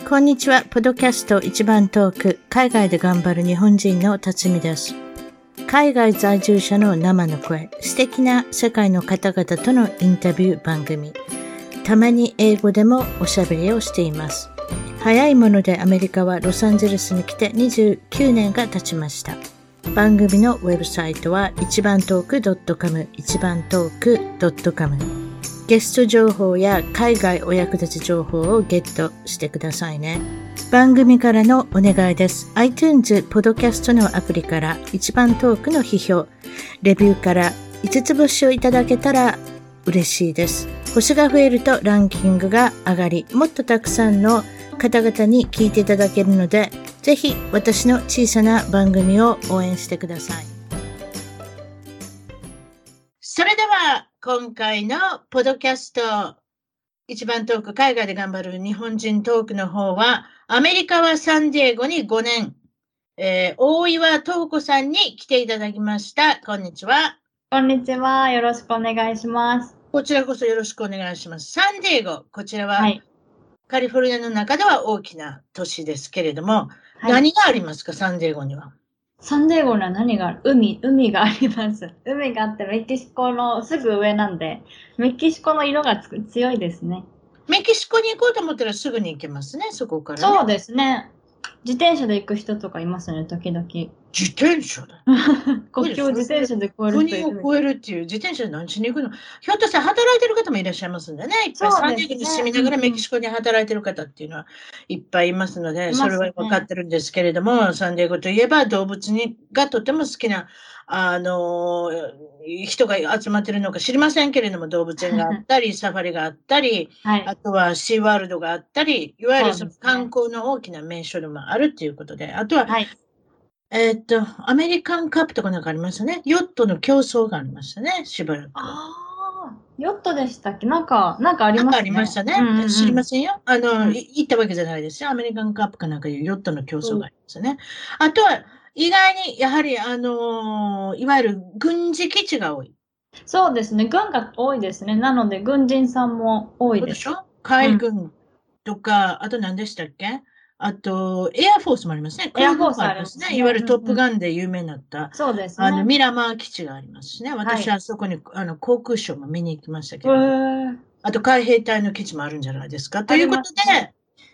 こんにちは。ポッドキャスト一番トーク、海外で頑張る日本人の辰巳です。海外在住者の生の声、素敵な世界の方々とのインタビュー番組。たまに英語でもおしゃべりをしています。早いものでアメリカはロサンゼルスに来て29年が経ちました。番組のウェブサイトは一番トーク .com、一番トーク .com。ゲスト情報や海外お役立ち情報をゲットしてくださいね。番組からのお願いです。iTunes ポッドキャストのアプリから一番トークの批評、レビューから5つ星をいただけたら嬉しいです。星が増えるとランキングが上がり、もっとたくさんの方々に聞いていただけるので、ぜひ私の小さな番組を応援してください。それでは今回のポッドキャスト一番トーク、海外で頑張る日本人トークの方は、アメリカはサンディエゴに5年、大岩東子さんに来ていただきました。こんにちは。 こんにちは。よろしくお願いします。 こちらこそよろしくお願いします。サンディエゴ、こちらは、 はい、 カリフォルニアの中では大きな都市ですけれども、 はい、 何がありますか、サンディエゴには。 サンディエゴには何がある？海があります。海があってメキシコのすぐ上なんで、メキシコの色が強いですね。 メキシコに行こうと思ったらすぐに行けますね、そこからね。 そうですね。自転車で行く人とかいますね、時々。 自転車だ。 国境を自転車で越える人いる。 国を越えるっていう、自転車で何しに行くの？ひょっとしたら働いてる方もいらっしゃいますんでね。いっぱいサンディエゴに住みながらメキシコに働いてる方っていうのはいっぱいいますので、それは分かってるんですけれども、サンディエゴといえば動物がとても好きな、人が集まってるのか知りませんけれども、動物園があったり、サファリがあったり、 はい、 あとはシーワールドがあったり、いわゆるその観光の大きな名所でもあるっていうことで、あとは、 はい、 アメリカンカップとかなんかありましたね。ヨットの競争がありましたね、しばらく。 ああ、ヨットでしたっけ？なんかありますね。 なんかありましたね。知りませんよ。行ったわけじゃないですよ。アメリカンカップかなんかいうヨットの競争がありますね。あとは、意外に、やはり、いわゆる軍事基地が多い。 そうですね。軍が多いですね。なので、軍人さんも多いです。 そうでしょ？海軍とか、あと何でしたっけ？あと、エアフォースもありますね。 エアフォースありますね。いわゆるトップガンで有名になった、 そうですね。 ミラマー基地がありますしね。私はそこに、航空ショーも見に行きましたけど、あと海兵隊の基地もあるんじゃないですか。ということで、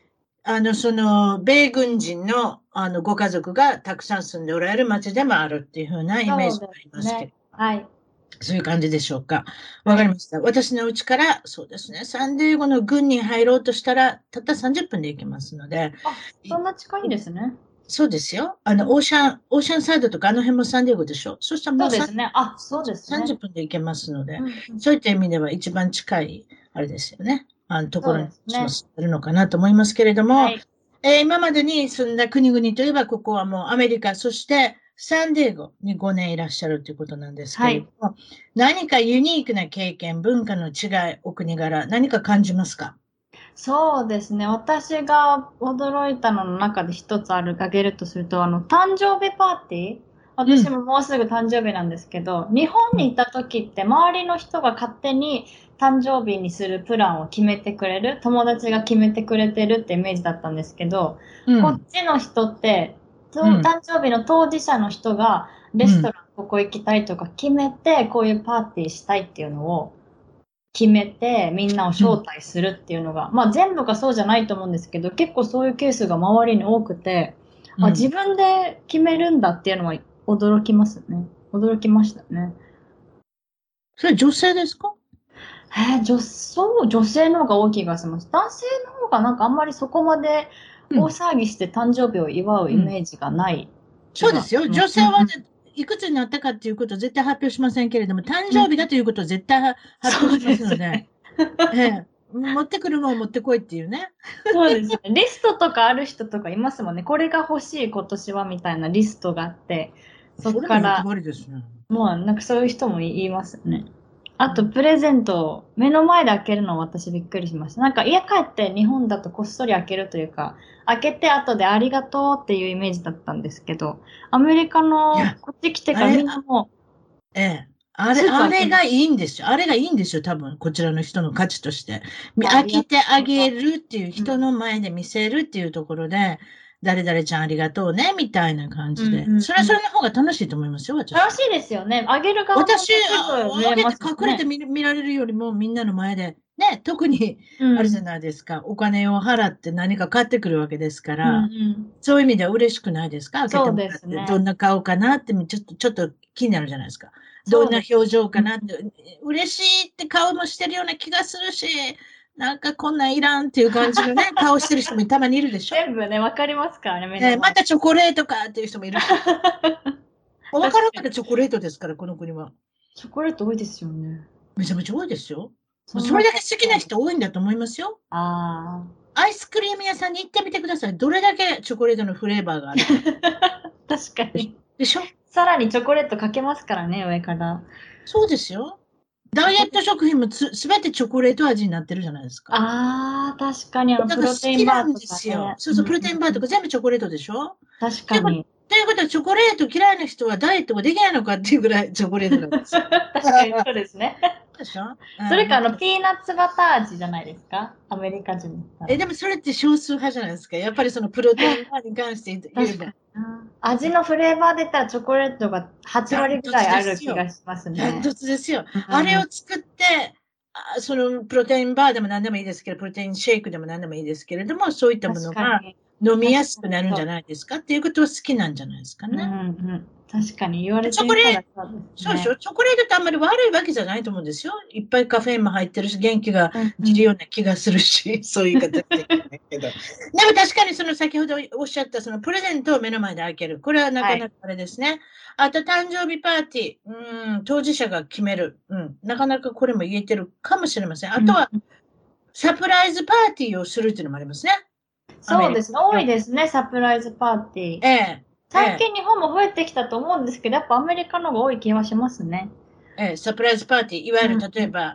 米軍人の、ご家族がたくさん住んでおられる町でもあるっていう風なイメージがありますけど。 はい。 そういう感じでしょうか。わかりました。私の家から、そうですね、サンディエゴの軍に入ろうとしたら、たった30分で行けますので。 あ、そんな近いんですね。 そうですよ。オーシャンサイドとかあの辺もサンディエゴでしょ。そしたらもうそうですね。あ、そうですね。 30分で行けますので、そういった意味では一番近い、あれですよね。ところに住んでるのかなと思いますけれども、今までに住んだ国々といえば、ここはもうアメリカ、そしてサンディエゴに5年いらっしゃるということなんですけれども、何かユニークな経験、文化の違い、お国柄、何か感じますか？ そうですね。私が驚いたのの中で一つ挙げるとすると、誕生日パーティー、私ももうすぐ誕生日なんですけど、日本にいた時って周りの人が勝手に誕生日にするプランを決めてくれる、友達が決めてくれてるってイメージだったんですけど、こっちの人って、誕生日の当事者の人がレストランここ行きたいとか決めて、こういうパーティーしたいっていうのを決めてみんなを招待するっていうのが、まあ全部がそうじゃないと思うんですけど、結構そういうケースが周りに多くて、自分で決めるんだっていうのは驚きますね。驚きましたね。 それ女性ですか？ 女性の方が大きい気がします。男性の方がなんかあんまりそこまで大騒ぎして誕生日を祝うイメージがない。 そうですよ。女性はいくつになったかっていうことを絶対発表しませんけれども、誕生日だということを絶対発表しますので、持ってくるもん持ってこいっていうね。 そうですね。リストとかある人とかいますもんね。これが欲しい今年はみたいなリストがあって、そこから、もうなんかそういう人も言いますね。あと、プレゼントを目の前で開けるの私びっくりしました。なんか家帰って日本だとこっそり開けるというか、開けて後でありがとうっていうイメージだったんですけど、アメリカのこっち来てからみんなもう、 スーパー行きます。 あれがいいんですよ。あれがいいんですよ、多分、こちらの人の価値として。 ありがと開けてあうございます。 げるっていう、人の前で見せるっていうところで、誰々ちゃんありがとうね、みたいな感うんじで。それはそうんうん。 れの方が楽しいと思いますよ、私は。 楽しいですよね。あげる側も私、 ね、すぐ見れ開けてますしね。 隠れて見られるよりもみんなの前で、ね、特に、 うん。 あれじゃないですか、お金を払って何か買ってくるわけですかうんうら、 ん。 そういう意味では嬉しくないですか？開けてそうでもらって、どすね。 んな顔かなって、ちょっと気になるじゃないですか。どんなそうです。 表情うん。 かなって、嬉しいって顔もしてるような気がするし、なんかこんなんいらんっていう感じのね、顔してる人もたまにいるでしょ？ 全部ね、わかりますからね、目の前。 またチョコレートかっていう人もいるし。わからん確かに。 からチョコレートですから、この国は。 チョコレート多いですよね。 めちゃめちゃ多いですよ。 そんなそれだけ感じなんです。 好きな人多いんだと思いますよ。 あアイスクリーム屋さんに行ってみてください。どれだけチョコレートのフレーバーがあるか。 あ。確かに。 でしょ？ さらにチョコレートかけますからね、上から。 そうですよ。ダイエット食品もすべてチョコレート味になってるじゃないですか。 ああ、確かにだから好プロテインきなんでバーとかすよ。 ね。 そうそう、 うんうんプロテインバーうん。 とか全部チョコレートでしょ？ということ、 確かに。 ということは、チョコレート嫌いな人はダイエットができないのかっていうぐらいチョコレートなんですよ。 確かにそうですね。 でしょ？ それか、 だからピーナッツバター味じゃないですか？アメリカ人だったら。 でもそれって少数派じゃないですか。やっぱりそのプロテインバーに関して言えば。 確かにな。味のフレーバーで言ったらチョコレートが8 ダントツ割ぐらいあですよ。 る気がしますね。 ダントツですよ。あれをうん。 作って、そのプロテインバーでも何でもいいですけど、プロテインシェイクでも何でもいいですけれども、そういったものが確かに。 飲みや確すくなるんかにそう。 じゃないですかっていうことは好きなんじゃないですかうんね。 うん。確かに言われてみチョコレート、 たらそうですね。 そうでしょ？チョコレートってあんまり悪いわけじゃないと思うんですよ。いっぱいカフェインも入ってるし、元気がうんうん。 出るような気がするし、そういう形でないけど。でも確かにその先ほどおっしゃったそのプレゼントを目の前で開ける。これはなはい。 かなかあれですね。あと誕生日パーティー。当事者が決める。なかなかこれも言えてるかもしれません。あとはうん。 サプライズパーティーをするっていうのもありますね。アメリカそうですね。多いよく。 ですね、サプライズパーティー。 ええ、ええ。 最近日本も増えてきたと思うんですけど、やっぱアメリカの方が多い気はしますね。 サプライズパーティー、いわゆるうんうん。 例えば、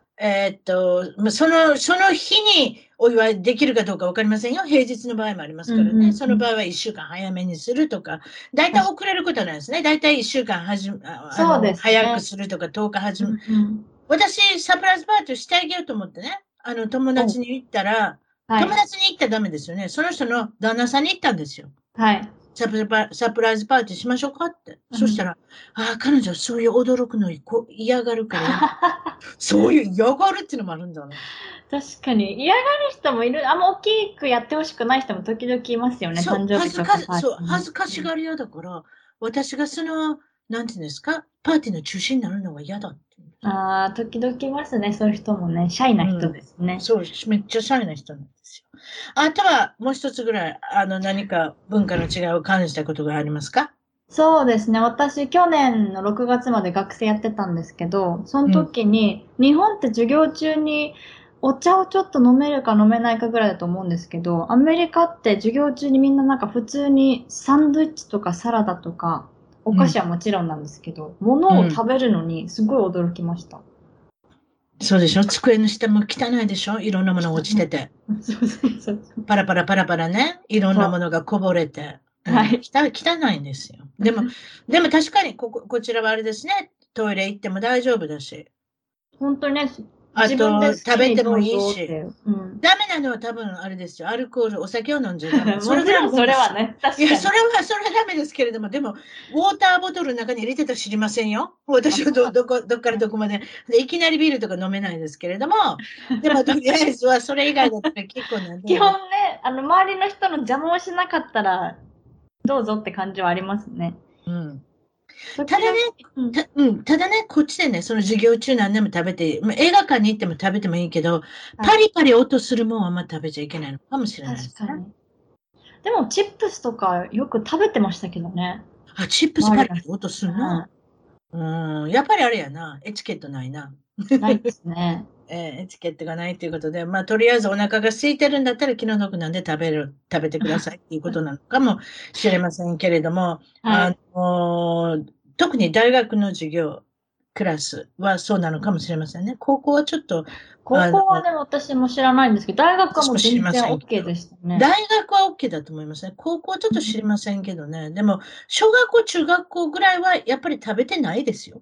その日にお祝いできるかどうかわかりませんよ。平日の場合もありますうんからね。 うんうん。 その場合は1週間早めにするとか、大体確か遅れることはないですね。大体1週間はじ、ああそうの、 ですね。 早くするとか、10日うんうん。 私、サプライズパーティーをしてあげようと思ってね、友お、 達に行ったら、友はい。 達に行ったらダメですよね。その人の旦那さんに行ったんですよ。 はい。 サプライズパーティーしましょうかって。 うん。 そしたら、彼女そういう驚くの嫌がるからやめて。そういう嫌がるっていうのもあるんだな。 確かに。嫌がる人もいる。あんま大きくやってほしくない人も時々いますよね。 そう、 誕生日とかパーティーに。 恥ずかしがり屋だから、私がなんていうんですか、パーティーの中心になるのが嫌だって言うんですよ。 ああ、時々いますね。そういう人もね。シャイな人うん。 ですね。 そう、めっちゃシャイな人なんですよ。あとは、もう一つぐらい、何か文化の違いを感じたことがありますか？ そうですね。私、去年の6月まで学生やってたんですけど、そのうん。 時に、日本って授業中にお茶をちょっと飲めるか飲めないかぐらいだと思うんですけど、アメリカって授業中にみんななんか普通にサンドイッチとかサラダとか、お菓子うん。 はもちろんなんですけど、物をうん。 食べるのにすごい驚きました。 そうでしょ？机の下も汚いでしょ？いろんなもの落ちてて。 そうそうそう。 パラパラパラパラね、いろんなそう。 ものがこぼれて、 はい。 汚いんですよ。でも確かにこちらはあれですね、トイレ行っても大丈夫だし、 本当にね、 あ自分でと好きにどう食べてもいいし、 ぞっていう。うん。 ダメなのは多分あれですよ、アルコール、お酒を飲んじゃダメ。それぐらいもちろんそのもんですよ。 れはね、 いや、 確かに。 それはダメですけれども、でも、ウォーターボトルの中に入れてたら知りませんよ。私はそうなんでどっからすね。 どこまで。で、いきなりビールとか飲めないですけれども、でも、とりあえずはそれ以外だったら結構なんで基もね。 本ね、周りの人の邪魔をしなかったら、どうぞって感じはありますね。 うん。ただね、 時々、うん。 ただね、こっちでね、その授業中何でも食べて、映画館に行っても食べてもいいけど、 はい。 パリパリ音するもんはあんま食べちゃいけないのかもしれないですね。 確かに。でも、チップスとかよく食べてましたけどね。 チップスパリパリ周りの人。 音するの？ はやっぱりあれやな、エチケットないな。 い。ないですね。 エチケットがないということで、まあ、とりあえずお腹が空いてるんだったら気の毒なんで食べてくださいっていうことなのかもしれませんけれども、 はい。 特に大学の授業、クラスはそうなのかもしれませんね。高校はちょっと、 高校はね、私も知らないんですけど、大学はもう私も知りま全然せんけ OK ど、 でしたね。 大学は OK だと思いますね。高校はちょっと知りませんけどね。でも、小学校、中学校ぐらいはやっぱり食べてないですよ。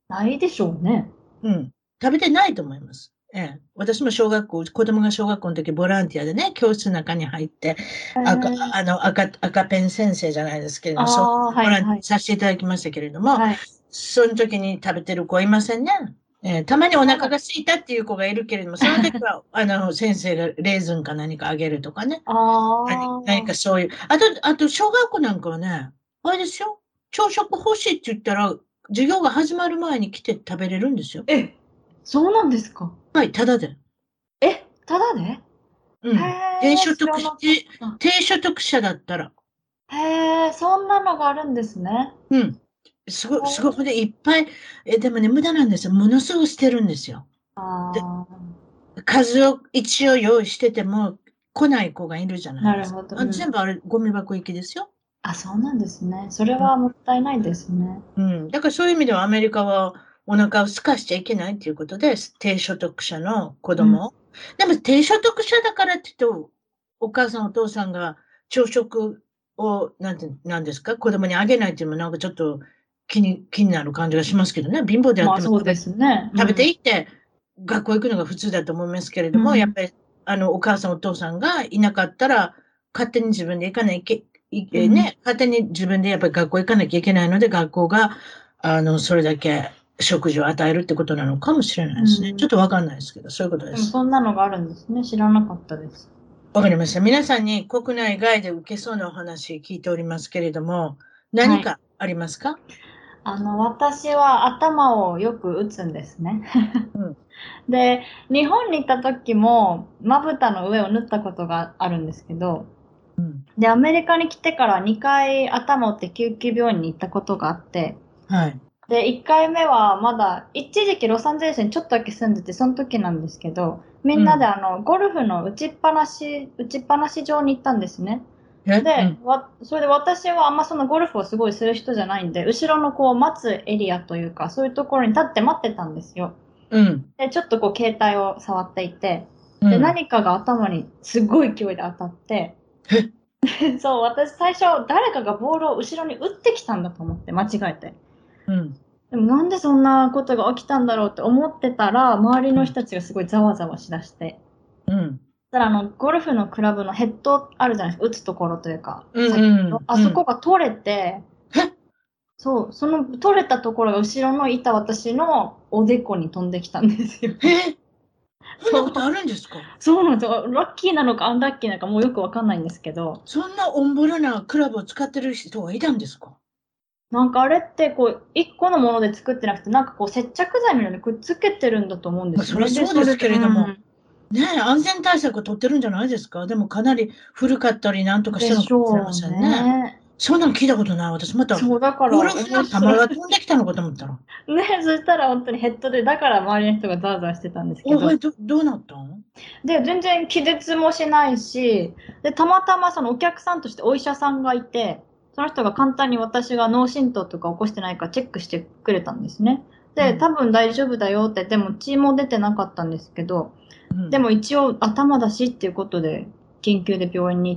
ないでしょうね。 うん。食べてないと思います。ええ。私も子供が小学校の時ボランティアでね、教室の中に入って、 えー、 赤ペン先生じゃないですけれども、そうああ、 ボランティはいはい。 アさせていただきましたけれども、 はい。 その時に食べてる子はいませんね。たまにお腹がそうなん空いたっていう子がいるけれども、その時は、先生がレーズンか何かあげるとかね。 あ何かあ、 そういう。あと、小学校なんかはね、あれですよ。朝食欲しいって言ったら、授業が始まる前に来て食べれるんですよ。 え、そうなんですか？ はい、ただで。 え、ただで？ うん。 へえ、知らなかった。 低所得者だったら。 へえ、そんなのがあるんですね。 うん。すごくね、いっぱい、でもね、無駄なんですよ。ものすごく捨てるんですよ。で、 ああ、 数を一応用意してても、来ない子がいるじゃないですか。 なるほど。うん。 全部あれ、ゴミ箱行きですよ。 あ、そうなんですね。それうん。 はもったいないですね。 うん。だからそういう意味ではアメリカはお腹を空かしちゃいけないっていうことで、低所得者の子うん。 供。でも低所得者だからって言うと、お母さんお父さんが朝食を、なんですか、子供にあげないっていうのもなんかちょっと気になる感じがしますけどね。貧乏であってもまあそうですね。う食べてん。 いって学校行くのが普通だと思いますけれども、やっうん。 ぱりお母さんお父さんがいなかったら、勝手に自分で行かないけ、いうん。 ね、勝手に自分でやっぱり学校行かなきゃいけないので、学校が、それだけ食事を与えるってことなのかもしれないですね。ちうん。 ょっとわかんないですけど、そういうことででもす。 そんなのがあるんですね。知らなかったです。 わかりました。皆さんに国内外で受けそうなお話聞いておりますけれども、 はい。 何かありますか？ 私は頭をよく打つんですね。 うん。 で、日本に行った時も、まぶたの上を縫ったことがあるんですけど、 うん。 で、アメリカに来てから2回頭を打って救急病院に行ったことがあって、 はい。 で、1回目はまだ、一時期ロサンゼルスにちょっとだけ住んでて、その時なんですけど、みんなでうん。 ゴルフの打ちっぱなし場に行ったんですね。で、 うん。 それで私はあんまそのゴルフをすごいする人じゃないんで、後ろのこう待つエリアというか、そういうところに立って待ってたんですよ。 うん。 で、ちょっとこう携帯を触っていて、で、 うん。 何かが頭にすごい勢いで当たって、 え、 そう、私最初誰かがボールを後ろに打ってきたんだと思って、間違えて。 うん。 でもなんでそんなことが起きたんだろうって思ってたら、周りうん。 の人たちがすごいざわざわしだして。 うん。 たらゴルフのクラブのヘッドあるじゃないですか、打つところというか、 うん。 先のうん。 あそこが取れて、 え、 そう、その取れたところが後ろのいた私のおでこに飛んできたんですよ。 え、そんなそう、 ことあるんですか？ そうなんですよ。ラッキーなのかアンラッキーなのかもうよくわかんないんですけど、 そんなオンボロなクラブを使ってる人がいたんですか？ なんかあれってこう、一個のもので作ってなくて、なんかこう接着剤のようにくっつけてるんだと思うんでまあ、そりゃすよね。で、 そうですそれで、 けれども、 うん。 ねえ、安全対策を取ってるんじゃないですか？でもかなり古かったりなんとかしでたのかもしれしょうませんね。 ね。 そんなの聞いたことない。私また、 そう、だからゴルフの球面白い。 が飛んできたのかと思ったら。 ね、そしたら本当にヘッドで、だから周りの人がザワザワしてたんですけおい、 ど、 どうなったん？ で、全然気絶もしないし、で、たまたまそのお客さんとしてお医者さんがいて、その人が簡単に私が脳震盪とか起こしてないかチェックしてくれたんですね。で、 うん。 多分大丈夫だよって、でも血も出てなかったんですけど、 うん。 でも一応頭だしっていうことで、緊急で病院に行って、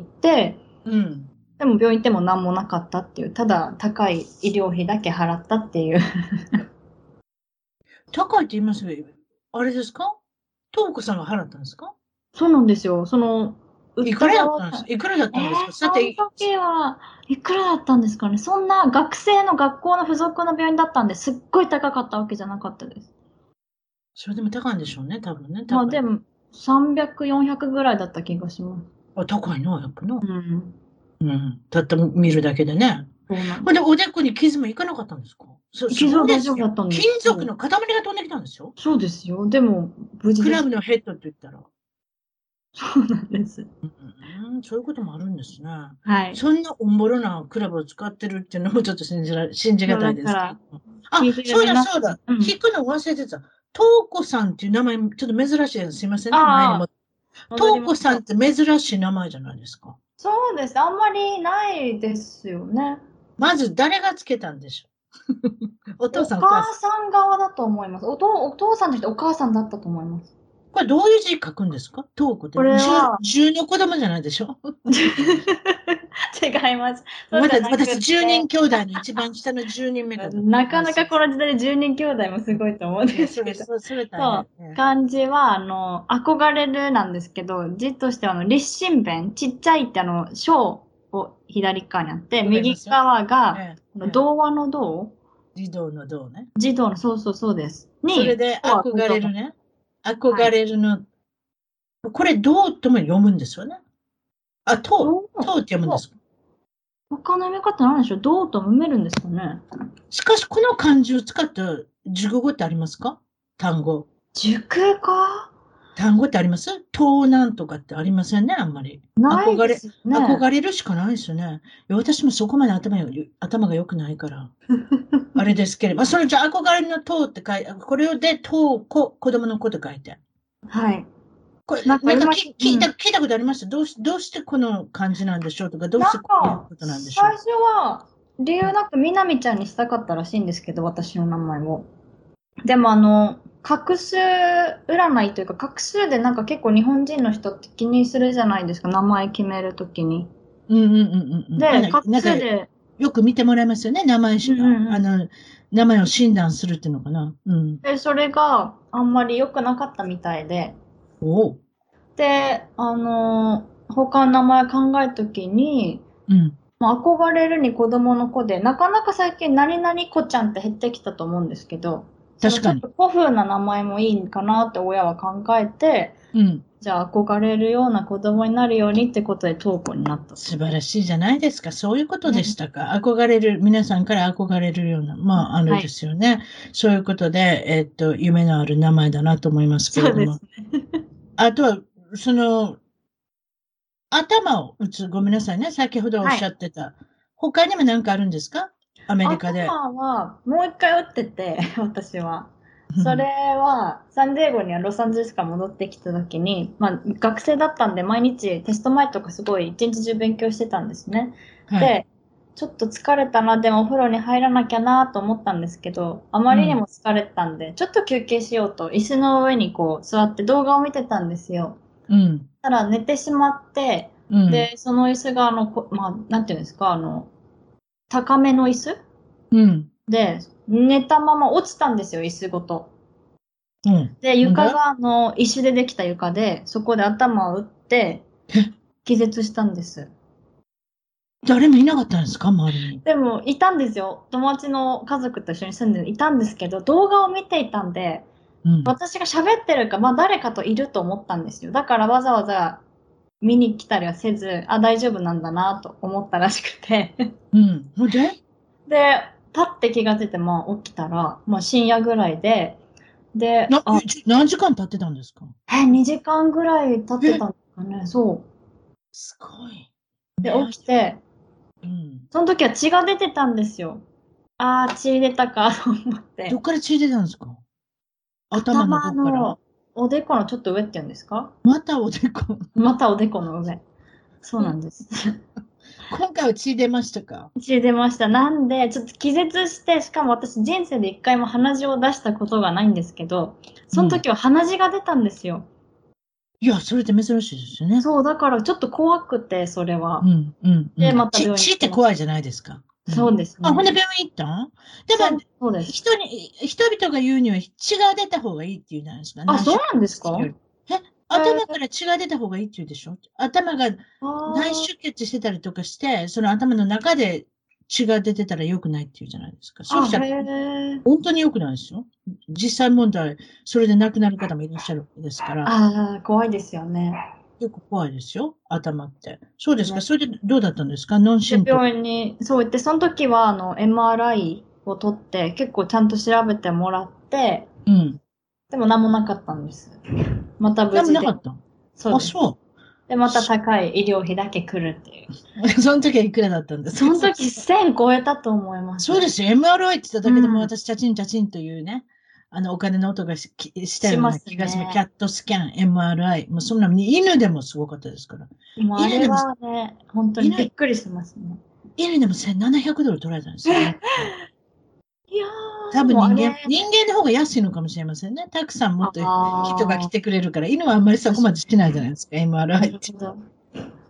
うん。 でも病院行っても何もなかったっていう、ただ高い医療費だけ払ったっていう。 高いって言いますよ。あれですか？東子さんが払ったんですか？ そうなんですよ。売ったいくらだっ側が、 たんですいくらだったんですか？さそのて、 時はいくらだったんですかね。そんな学生の学校の付属の病院だったんですっごい高かったわけじゃなかったです。 それでも高いんでしょうね、多分ね、高い。 まあでも、300、400ぐらいだった気がします。 あ、高いの、やっぱの。 うん。 うん。たった見るだけでね。 そうなんほんで、 です。 おでこに傷もいかなかったんですか？す傷は大丈ごいですよ。 夫だったんです。 金属の塊が飛んできたんですよ。 そうですよ。でも、無事クラです。 ブのヘッドって言ったら。 そうなんです。 うん、そういうこともあるんですね。 はい。 そんなおもろなクラブを使ってるっていうのもちょっと信じがそうたいですけれだから、 ども。あ、 聞いてるそうだ皆さん。 そうだ。 うん。 聞くの忘れてた。東子さんっていう名前、ちょっと珍しいです。すいませんね。前にも。 ああ、戻り東ましょう。 子さんって珍しい名前じゃないですか。 そうです。あんまりないですよね。 まず誰がつけたんでしょう？お父おさん、お母さん。 母さん側だと思います。お父さんとしてお母さんだったと思います。 これどういう字書くんですか？東子って、 これは、 十の子供じゃないでしょ？ 違います。そうじゃなく私、10人て、 兄弟の一番下の10人目かと思なかなかこの時代で10人兄弟もすごいと思うんいや、 ですけど。 それ大そう、 変。 漢字は、憧れるなんですけど、字としては、立身弁、ちっちゃいって小を左側にあって、右わかりますよ。 側が、 ええ、ええ。 童話の童児童の童ね。 児童の、そうそうそうです。に、 それで、 子は子憧れる供。 ね。 はい。 憧れるの、これ、童とも読むんですよね。あ、 童童って読むんでと、 すか？ 他の読み方なんでしょう、童と読めるんですかね。 しかし、この漢字を使った熟語ってありますか？単語。 塾か単語ってあります？盗難とかってありませんね、あんまり。 ないですね。 憧れるしかないですよね。いや私もそこまで頭が良くないから。あれですけれど、まあ、それじゃ憧れの塔って書いて、これで塔、子供の子と書いて。 はい。 これ、なんかなんか今、うん。 聞いたことあります？どうしてこの漢字なんでしょうとか、どうしてなんこういうか、 ことなんでしょう。 最初は、理うん。 由なくみなみちゃんにしたかったらしいんですけど、私の名前を。でも画数占いというか、画数でなんか結構日本人の人って気にするじゃないですか、名前決めるときに。 うんうんうんうんうん。 で、画なんか、 数で、 よく見てもらいますよね。 うんうんうん。 名前を診断するっていうのかな。うん。 で、それがあんまり良くなかったみたいで、 おう。 で、他の名前考えるときに、 うん。 まあ、憧れるに子供の子で、なかなか最近何々子ちゃんって減ってきたと思うんですけど、その確かに。 ちょっと古風な名前もいいかなって親は考えて、 うん。 じゃあ憧れるような子供になるようにってことで登校になったそ素晴うです。 らしいじゃないですか。そういうことでしね。 たか。皆さんから憧れるような、まあ、あれではい。 すよね。そういうことで、夢のある名前だなと思いますけれども。 そうですね。 あとは、その、頭を打つ、ごめんなさいね。先ほどおっはい。 しゃってた。他にも何かあるんですか？アメリカで。 頭はもう一回打ってて、私は。それは、サンディエゴにはロサンゼルスから戻ってきた時に、まあ学生だったんで毎日テスト前とかすごい一日中勉強してたんですね。 はい。 で、ちょっと疲れたな、でもお風呂に入らなきゃなと思ったんですけど、あまりにうん。 も疲れてたんで、ちょっと休憩しようと椅子の上にこう座って動画を見てたんですよ。 うん。 たら寝てしまって、 うん。 で、その椅子がまあ、なんていうんですか、高めの椅子うん。 で、寝たまま落ちたんですよ、椅子ごと。 うん。 で、 ほんで床が石でできた床で、そこで頭を打って、 え、 気絶したんです。 誰もいなかったんですか？周りに。 でも、いたんですよ。友達の家族と一緒に住んでいたんですけど、動画を見ていたんで、 うん。 私が喋ってるか、まあ誰かといると思ったんですよ。だからわざわざ見に来たりはせず、あ、大丈夫なんだなと思ったらしくて。 うん。ほんでで、パッて気がついて、まあ起きたら、まあ深夜ぐらいで、で、あ、 何時間経ってたんですか？ 2時間ぐらい経ってえ、 たんですかね。そう。 すごい。 で、 ね、 起きて、 うん。 その時は血が出てたんですよ。ああ、血出たかと思って。 どっから血出たんですか？頭の頭どっから？ のおでこのちょっと上っていうんですか？ またおでこ。 またおでこの上。そうなんです。 今回は血出ましたか？ 血出ました。なんで、ちょっと気絶して、しかも私人生で一回も鼻血を出したことがないんですけど、そのうん。 時は鼻血が出たんですよ。 いや、それって珍しいですよね。 そう、だからちょっと怖くて、それは。 うん、うん、うで、 ん。 また病院血行きました。 って怖いじゃないですか。うん。 そうですあ、ほんでね。 病院行ったん？でも、 そうです。 人々が言うには血が出た方がいいって言うじゃないですか。 あ、 内出そうなんですか？ 血より。え、 へえ。 頭から血が出た方がいいって言うでしょ？頭が内あ出血してたりとかして、その頭の中で血が出てたら良くないって言うじゃないですか。そうあ、 したらへえ。 本当に良くないですよ。実際問題、それで亡くなる方もいらっしゃるわけですから、 ああ、怖いですよね。 結構怖いですよ、頭って。そうですか。 ね。 それでどうだったんですか？脳で、 震盪。 病院に、そう言って、その時は、MRI を取って、結構ちゃんと調べてもらって、 うん。 でも何もなかったんです。また無何も事で。 なかった。あ、 そうです。 そで、またう。 高い医療費だけ来るっていう。 その時はいくらだったんですか？ その時1000超えたと思います。 そうですよ。MRI って言っただけでもうん。 私、チャチンチャチンというね、お金の音がしたようなします気がします。キャね。 ットスキャン、MRI。もうそんなに犬でもすごかったですから。 もうあれ犬でも、 はね、本当にび犬、 っくりしますね。 犬でも$1700取られたんですよ。 いや多ー、もうあれ、 人間の方が安いのかもしれませんね。たくさんもっと人が来あてくれるから、犬はあんまりあ、 そこまでしないじゃないですか、 な MRI って。 るほど。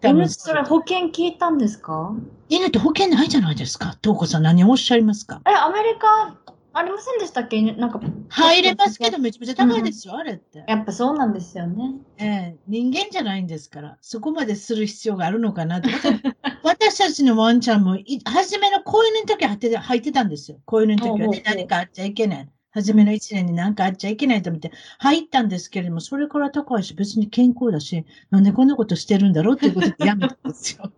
犬、それ保険聞いたんですか？ 犬って保険ないじゃないですか。東子さん何をおっしゃいますか？ アメリカ、ありませんでしたっけ？なんか、 入れますけど、めちゃめちゃ高いですよ、あれって。 やっぱそうなんですよね。 人間じゃないんですから、そこまでする必要があるのかなって。私たちのワンちゃんも、初めの子犬の時は入ってたんですよ。子犬の時はね、何かあっちゃいけない。初めの1年に何かあっちゃいけないと思って入ったんですけれども、それから高いし、別に健康だし、なんでこんなことしてるんだろうっていうことでやめたんですよ。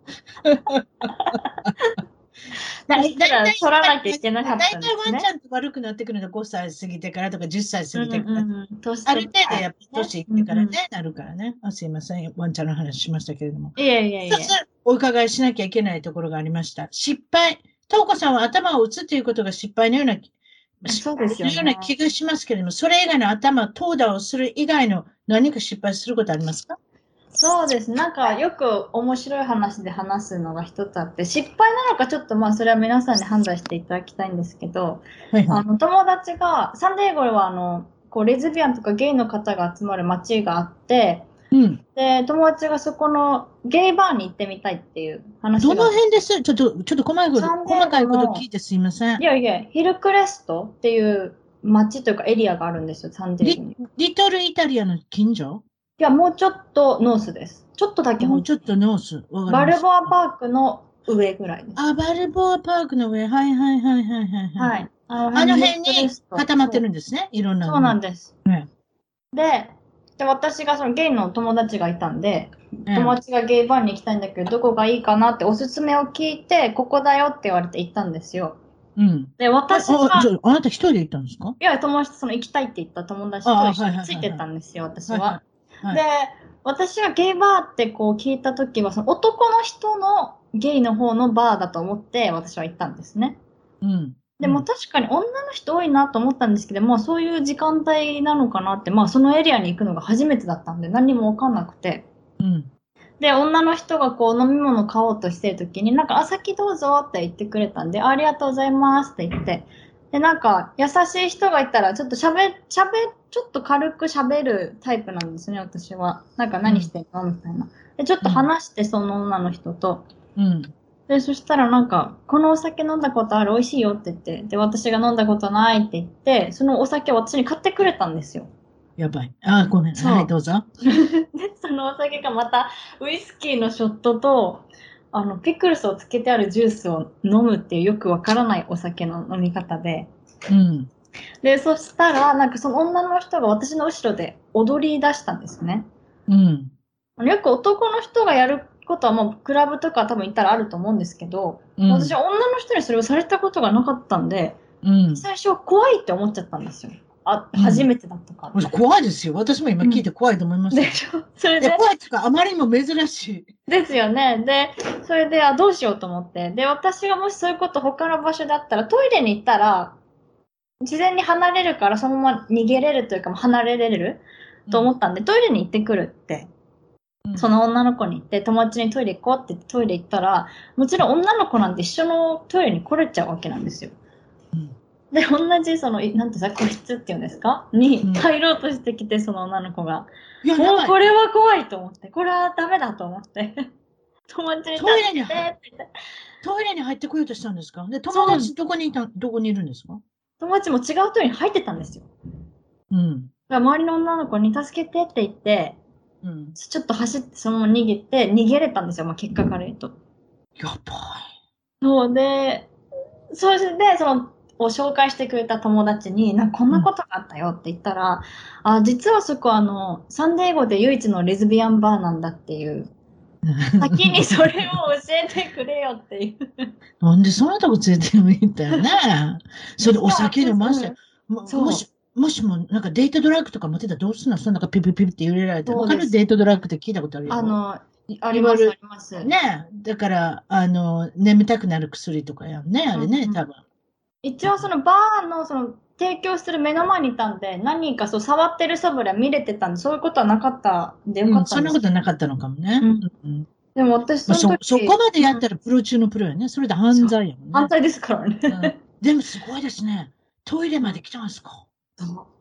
大体取らなきゃいけなかったんですね。 大体ワンちゃんと悪くなってくるの5歳過ぎてからとか10歳過ぎてから。ある程度やっぱ年いってからね、なるからね。すいません。ワンちゃんの話しましたけれども。一つお伺いしなきゃいけないところがありました。失敗。東子さんは頭を打つということが失敗のような、 そうですよね。 ような気がしますけれども、それ以外の投打をする以外の何か失敗することありますか？ そうです。なんかよく面白い話で話すのが一つあって、失敗なのかちょっとそれは皆さんに判断していただきたいんですけど、友達が、サンディエゴはこうレズビアンとかゲイの方が集まる街があって、で、友達がそこのゲイバーに行ってみたいっていう話が。 どの辺です？ちょっと細かいこと聞いてすいません。 いや、ヒルクレストっていう街というかエリアがあるんですよ、サンディエゴに。 リトルイタリアの近所？ いや、もうちょっとノースです。ちょっとだけもうちょっとノース。 バルボアパークの上ぐらいです。 バルボアパークの上。はい。 はい。 あの辺に固まってるんですね。いろんな。 そうなんです。で、私がそのゲイの友達がいたんで、友達がゲイバーに行きたいんだけど、どこがいいかなっておすすめを聞いて、ここだよって言われて行ったんですよ。で、私が。 あなた一人で行ったんですか？ いや、友達、行きたいって言った友達と一緒についてたんですよ、私は。で、私がゲイバーってこう聞いたときは、その男の人のゲイの方のバーだと思って私は行ったんですね。でも確かに女の人多いなと思ったんですけど、そういう時間帯なのかなって、そのエリアに行くのが初めてだったんで何もわかんなくて。で、女の人がこう飲み物買おうとしてるときに、なんか、先どうぞって言ってくれたんで、ありがとうございますって言って。で、なんか、優しい人がいたら、ちょっとちょっと軽く喋るタイプなんですね、私は。なんか、何してんのみたいな。で、ちょっと話して、その女の人と。で、そしたらなんか、このお酒飲んだことある？美味しいよって言って。で、私が飲んだことないって言って、そのお酒を私に買ってくれたんですよ。 やばい。ごめん。はい、どうぞ。 で、そのお酒がまた、ウイスキーのショットと、ピクルスをつけてあるジュースを飲むっていうよくわからないお酒の飲み方で。で、そしたら、なんかその女の人が私の後ろで踊り出したんですね。よく男の人がやることはもうクラブとか多分行ったらあると思うんですけど、私は女の人にそれをされたことがなかったんで、最初は怖いって思っちゃったんですよ。初めてだったから。 怖いですよ。私も今聞いて怖いと思いました。 でしょ？それで。 怖いっていうか、あまりにも珍しい。 ですよね。で、それで、どうしようと思って。で、私がもしそういうこと他の場所だったら、トイレに行ったら、自然に離れるから、そのまま逃げれるというか、離れれると思ったんで、トイレに行ってくるって。その女の子に行って、友達にトイレ行こうって言ってトイレ行ったら、もちろん女の子なんて一緒のトイレに来れちゃうわけなんですよ。で、同じ、なんて個室っていうんですかに入ろうとしてきて、その女の子が。もうこれは怖いと思って、これはダメだと思って。友達に助けてって言って。 トイレに入ってこようとしたんですか？で、友達どこにいるんですか？ 友達も違うトイレに入ってたんですよ。周りの女の子に助けてって言って、ちょっと走ってそのまま逃げれたんですよ、結果から言うと。 やばい。 そうで、それで、を紹介してくれた友達に、こんなことがあったよって言ったら、実はそこサンディエゴで唯一のレズビアンバーなんだっていう。先にそれを教えてくれよっていう。 なんでそんなとこ連れて行ったよね。それでお酒飲まして、もしもなんかデートドラッグとか持ってたらどうすんの？そんなピピピって揺れられて。わかる？デートドラッグって聞いたことあるよ。 あります。 ね。だから、眠たくなる薬とかやんね、あれね、多分。 一応そのバーの提供する目の前にいたんで、何人か触ってるそぶりは見れてたんで、そういうことはなかったんでよかったんです。 そんなことはなかったのかもね。 でも私そこまでやったらプロ中のプロやね。それで犯罪やもんね。 犯罪ですからね。 でもすごいですね。トイレまで来てますか？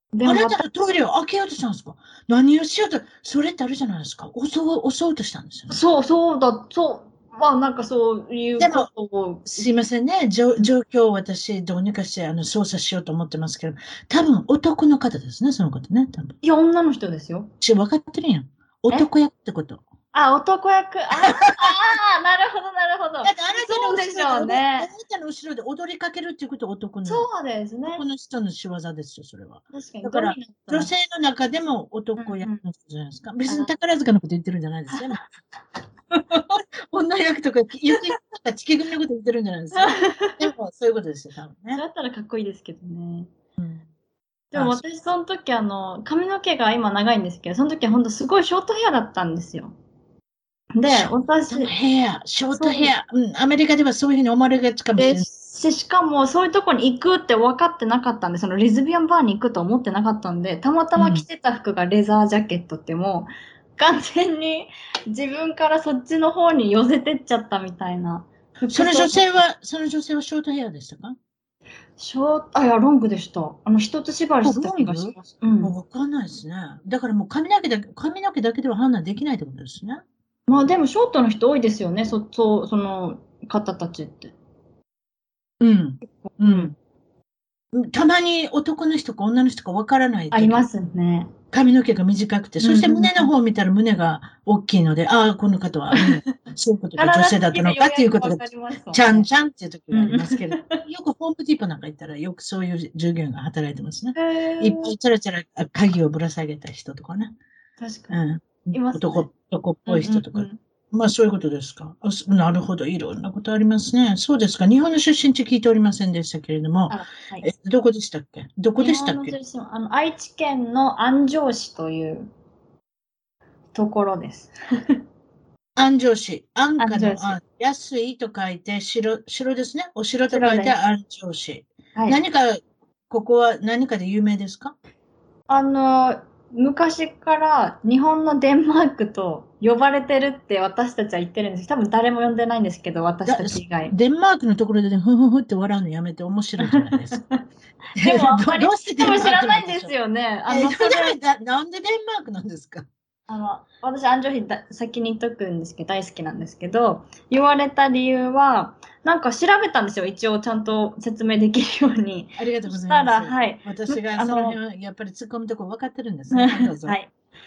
でも、 あなたのトイレを開けようとしたんですか？何をしようと、それってあるじゃないですか。襲おうとしたんですよね。 まあなんかそういうこでも、 とを、 すいませんね。状況を私、どうにかして、操作しようと思ってますけど、多分男の方ですね、その方ね。多分。 いや、女の人ですよ。 分かってるやん。 え男役ってこと。 あ、男役。なるほど、なるほど。 だってあなたのそうでしょうあなね。 たの後ろで踊りかけるっていうことはそうですね。 男の人の仕業ですよ、それは。 確かに、 だから、 ドミノットの。 女性の中でもうん男役うん。 の人じゃないですか。別にあ、 宝塚のこと言ってるんじゃないですよ。女役とか、地球組のこと言ってるんじゃないですよ。でも、そういうことですよ、多分ね。 だったらかっこいいですけどね。 うん。 でも私、その時、髪の毛が今長いんですけど、その時は本当すごいショートヘアだったんですよ。で、 ショート私、 ヘア、ショートそうヘア。うん、アメリカではそういうふうに思われがちかもしでれない。 しかもそういうとこに行くって分かってなかったんで、そのレズビアンバーに行くと思ってなかったんで、たまたま着うん。 てた服がレザージャケットってもう、完全に自分からそっちの方に寄せてっちゃったみたいな服装。 その女性はショートヘアでしたか？ いや、ロングでした。一つ縛りしてた気がしロングます。うん。 わかんないですね。だからもう髪の毛だけでは判断できないってことですね。 まあでもショートの人多いですよね、その方たちって。 うん。ううん。 ん。たまに男の人か女の人かわからないとき、 ありますね。 髪の毛が短くて、 うんそして胸うんうん。 の方を見たら胸が大きいので、ああ、この方は胸、そういうことで女体性だったのつきでようかっていうことが、 やくわかりますもちゃんんね。 ちゃんっていう時がありうん。 ますけれど、よくホームディーポなんか行ったら、よくそういう従業員が働いてますね。 へいっぱー、 いチャラチャラ鍵をぶら下げた人とかね。 確かに。 うん。 いますね。 男っうんぽい人とか。 うんうん。 まあそういうことですか。なるほど。いろんなことありますね。そうですか。日本の出身地聞いておりませんでしたけれども、 はい。 どこでしたっけ？どこ日でしたっけ？ 本の出身は、愛知県の安城市というところです。 安城市。安安城市。 価の安。安いと書いて、城ですね。お城と書いて白です。 安城市。 はい。 何か、ここは何かで有名ですか？ あの、昔から日本のデンマークと呼ばれてるって私たちは言ってるんですけど、多分誰も呼んでないんですけど、私だたち以外。 デンマークのところでね、ふんふんふんって笑うのやめて面白いじゃないですか。 でもあんまり、 どうしてデ多分知ンマークらないんでなんでしょう。 すよね。 なんでデンマークなんですか？ 私、安城市先に言っとくんですけど、大好きなんですけど、言われた理由は、なんか調べたんですよ。一応ちゃんと説明できるように。 ありがとうごそしたら、 ざいます。 はい。 私がその辺はやっぱり突っ込むとこ分かってるんですね。どうぞ。 はい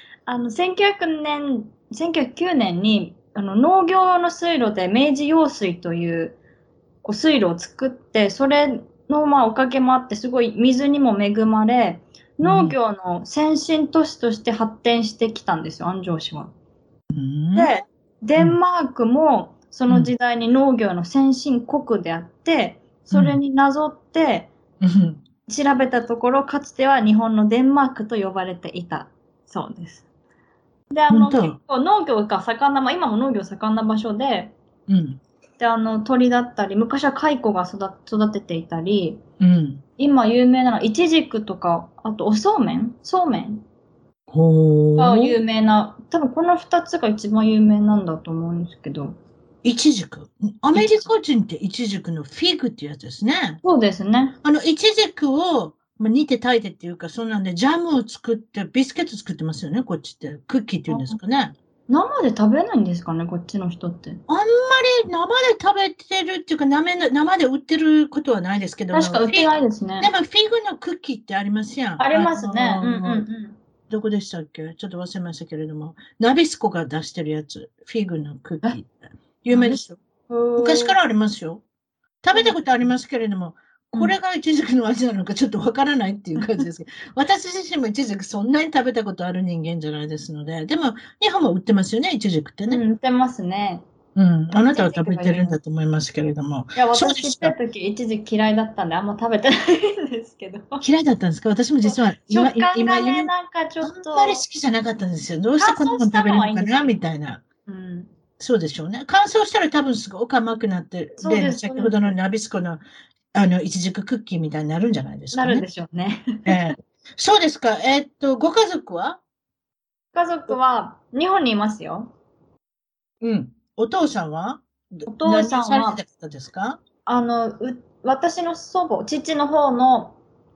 。1909年に、農業の水路で明治用水という、こう水路を作って、それの、まあ、おかげもあって、すごい水にも恵まれ、農うん。 業の先進都市として発展してきたんですよ、安城市は。 うん。 で、デうん。 ンマークもそうん。 の時代に農業の先進国であって、それうん。 になぞってうん。 調べたところ、かつては日本のデンマークと呼ばれていたそうです。で、結本当。 構農業が盛んな、まあ、今も農業盛んな場所で、 うん。 で、鳥だったり、昔は蚕が育てていたり、 うん。 今有名なのは、イチジクとか、あとおそうめんがほう。 有名な、多分この二つが一番有名なんだと思うんですけど、 イチジク。アメリイチジク。 カ人ってイチジクのフィグっていうやつですね。 そうですね。 イチジクを、まあ、煮て炊いてっていうか、そんなんで、ジャムを作って、ビスケット作ってますよね、こっちって。クッキーっていうんですかね。 生で食べないんですかね、こっちの人って。 あんまり生で食べてるっていうか、生で売ってることはないですけども、 確か売ってないですね。 でもフィグのクッキーってありますやん。 ありますね。うんうんどこでしたっけ？ちょっと忘れましたけれども、ナビスコが出してるやつ、フィグのクッうん。 キー。有名ですよ。昔からありますよ。食べたことありますけれども、これがイチジクの味なのかちょっとわからないっていう感じですけど、私自身もイチジクそんなに食べたことある人間じゃないですので、でも、日本も売ってますよね、イチジクってね。 うん、売ってますね。 うん。あなたはイチジ食べてるんクが有名。いだと思いますけれども。 や、 そうで私ちっちゃいすか。 時一時期嫌いだったんであんま食べてないんですけど。 嫌いだったんですか？私も実は食感がね、なんかちょっあんまり好と、 きじゃなかったんですよ。どうして乾こんなもの食燥したのべるのかなはいいんですけど。 みたいな。 うん。 そうでしょうね。乾燥したら多分すごく甘くなって、で、 そうです、そうです。 先ほどのナビスコの、イチジククッキーみたいになるんじゃないですかね。 なるんでしょうね。 ええ。そうですか。ご家族は？ 家族は日本にいますよ。 うん。お父さんはお父何をさんは、 されてた方ですか？ 私の父の方の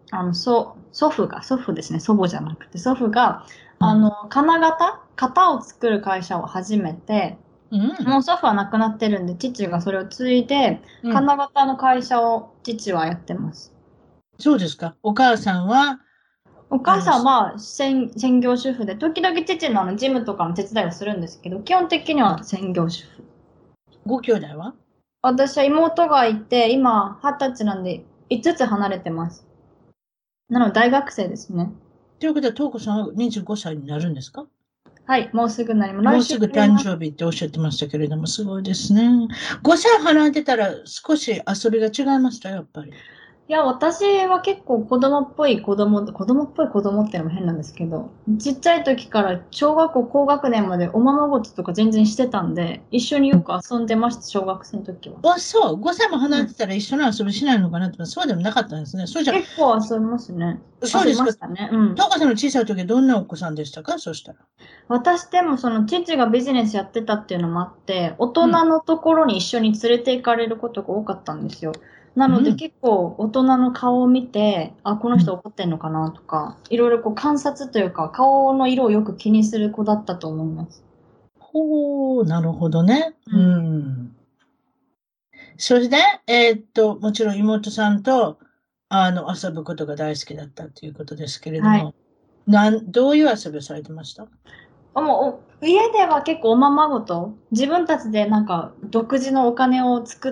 祖父ですね。祖母じゃなくて、祖父が、 うん型を作る会社を始めて、もう祖父は亡くなってるんで、父がそれを継いで、 うん金型の会社を父はやってます。 そうですか。お母さんは、 お母さんは専業主婦で、時々父の事務とかの手伝いをするんですけど、基本的には専業主婦。 ご兄弟は私は妹がいて、今20歳なんで5つ離れてます。なので大学生ですね。 ということは、東子さんは25歳になるんですか？ はい、もうすぐなります。 もう来週すぐ誕なります。 生日っておっしゃってましたけれども、すごいですね。5歳離れてたら少し遊びが違いました、やっぱり。 いや、私は結構子供っぽい子供ってのも変なんですけど、ちっちゃい時から小学校高学年までおままごととか全然してたんで、一緒によく遊んでました、小学生の時は。 あ、そう。5歳も離うん。 れてたら一緒に遊びしないのかなって、そうでもなかったんですね。そうじゃ、 結構遊びますね。遊びそうですか。 ましたね。うん。 東子さんの小さい時はどんなお子さんでしたか、そうしたら。 私でもその父がビジネスやってたっていうのもあって、大人うん。 のところに一緒に連れて行かれることが多かったんですよ。なのでうん。 結構大人の顔を見て、あ、このうん。 人怒ってんのかなとか、いろいろこう観察というか、顔の色をよく気にする子だったと思います。 ほう、なるほどね。ううん。 ん。それで、もちろん妹さんと、遊ぶことが大好きだったということですけれどはい。 も、どういう遊びをされてました？ 家では結構おままごと、自分たちでなんか独自のお金を作って、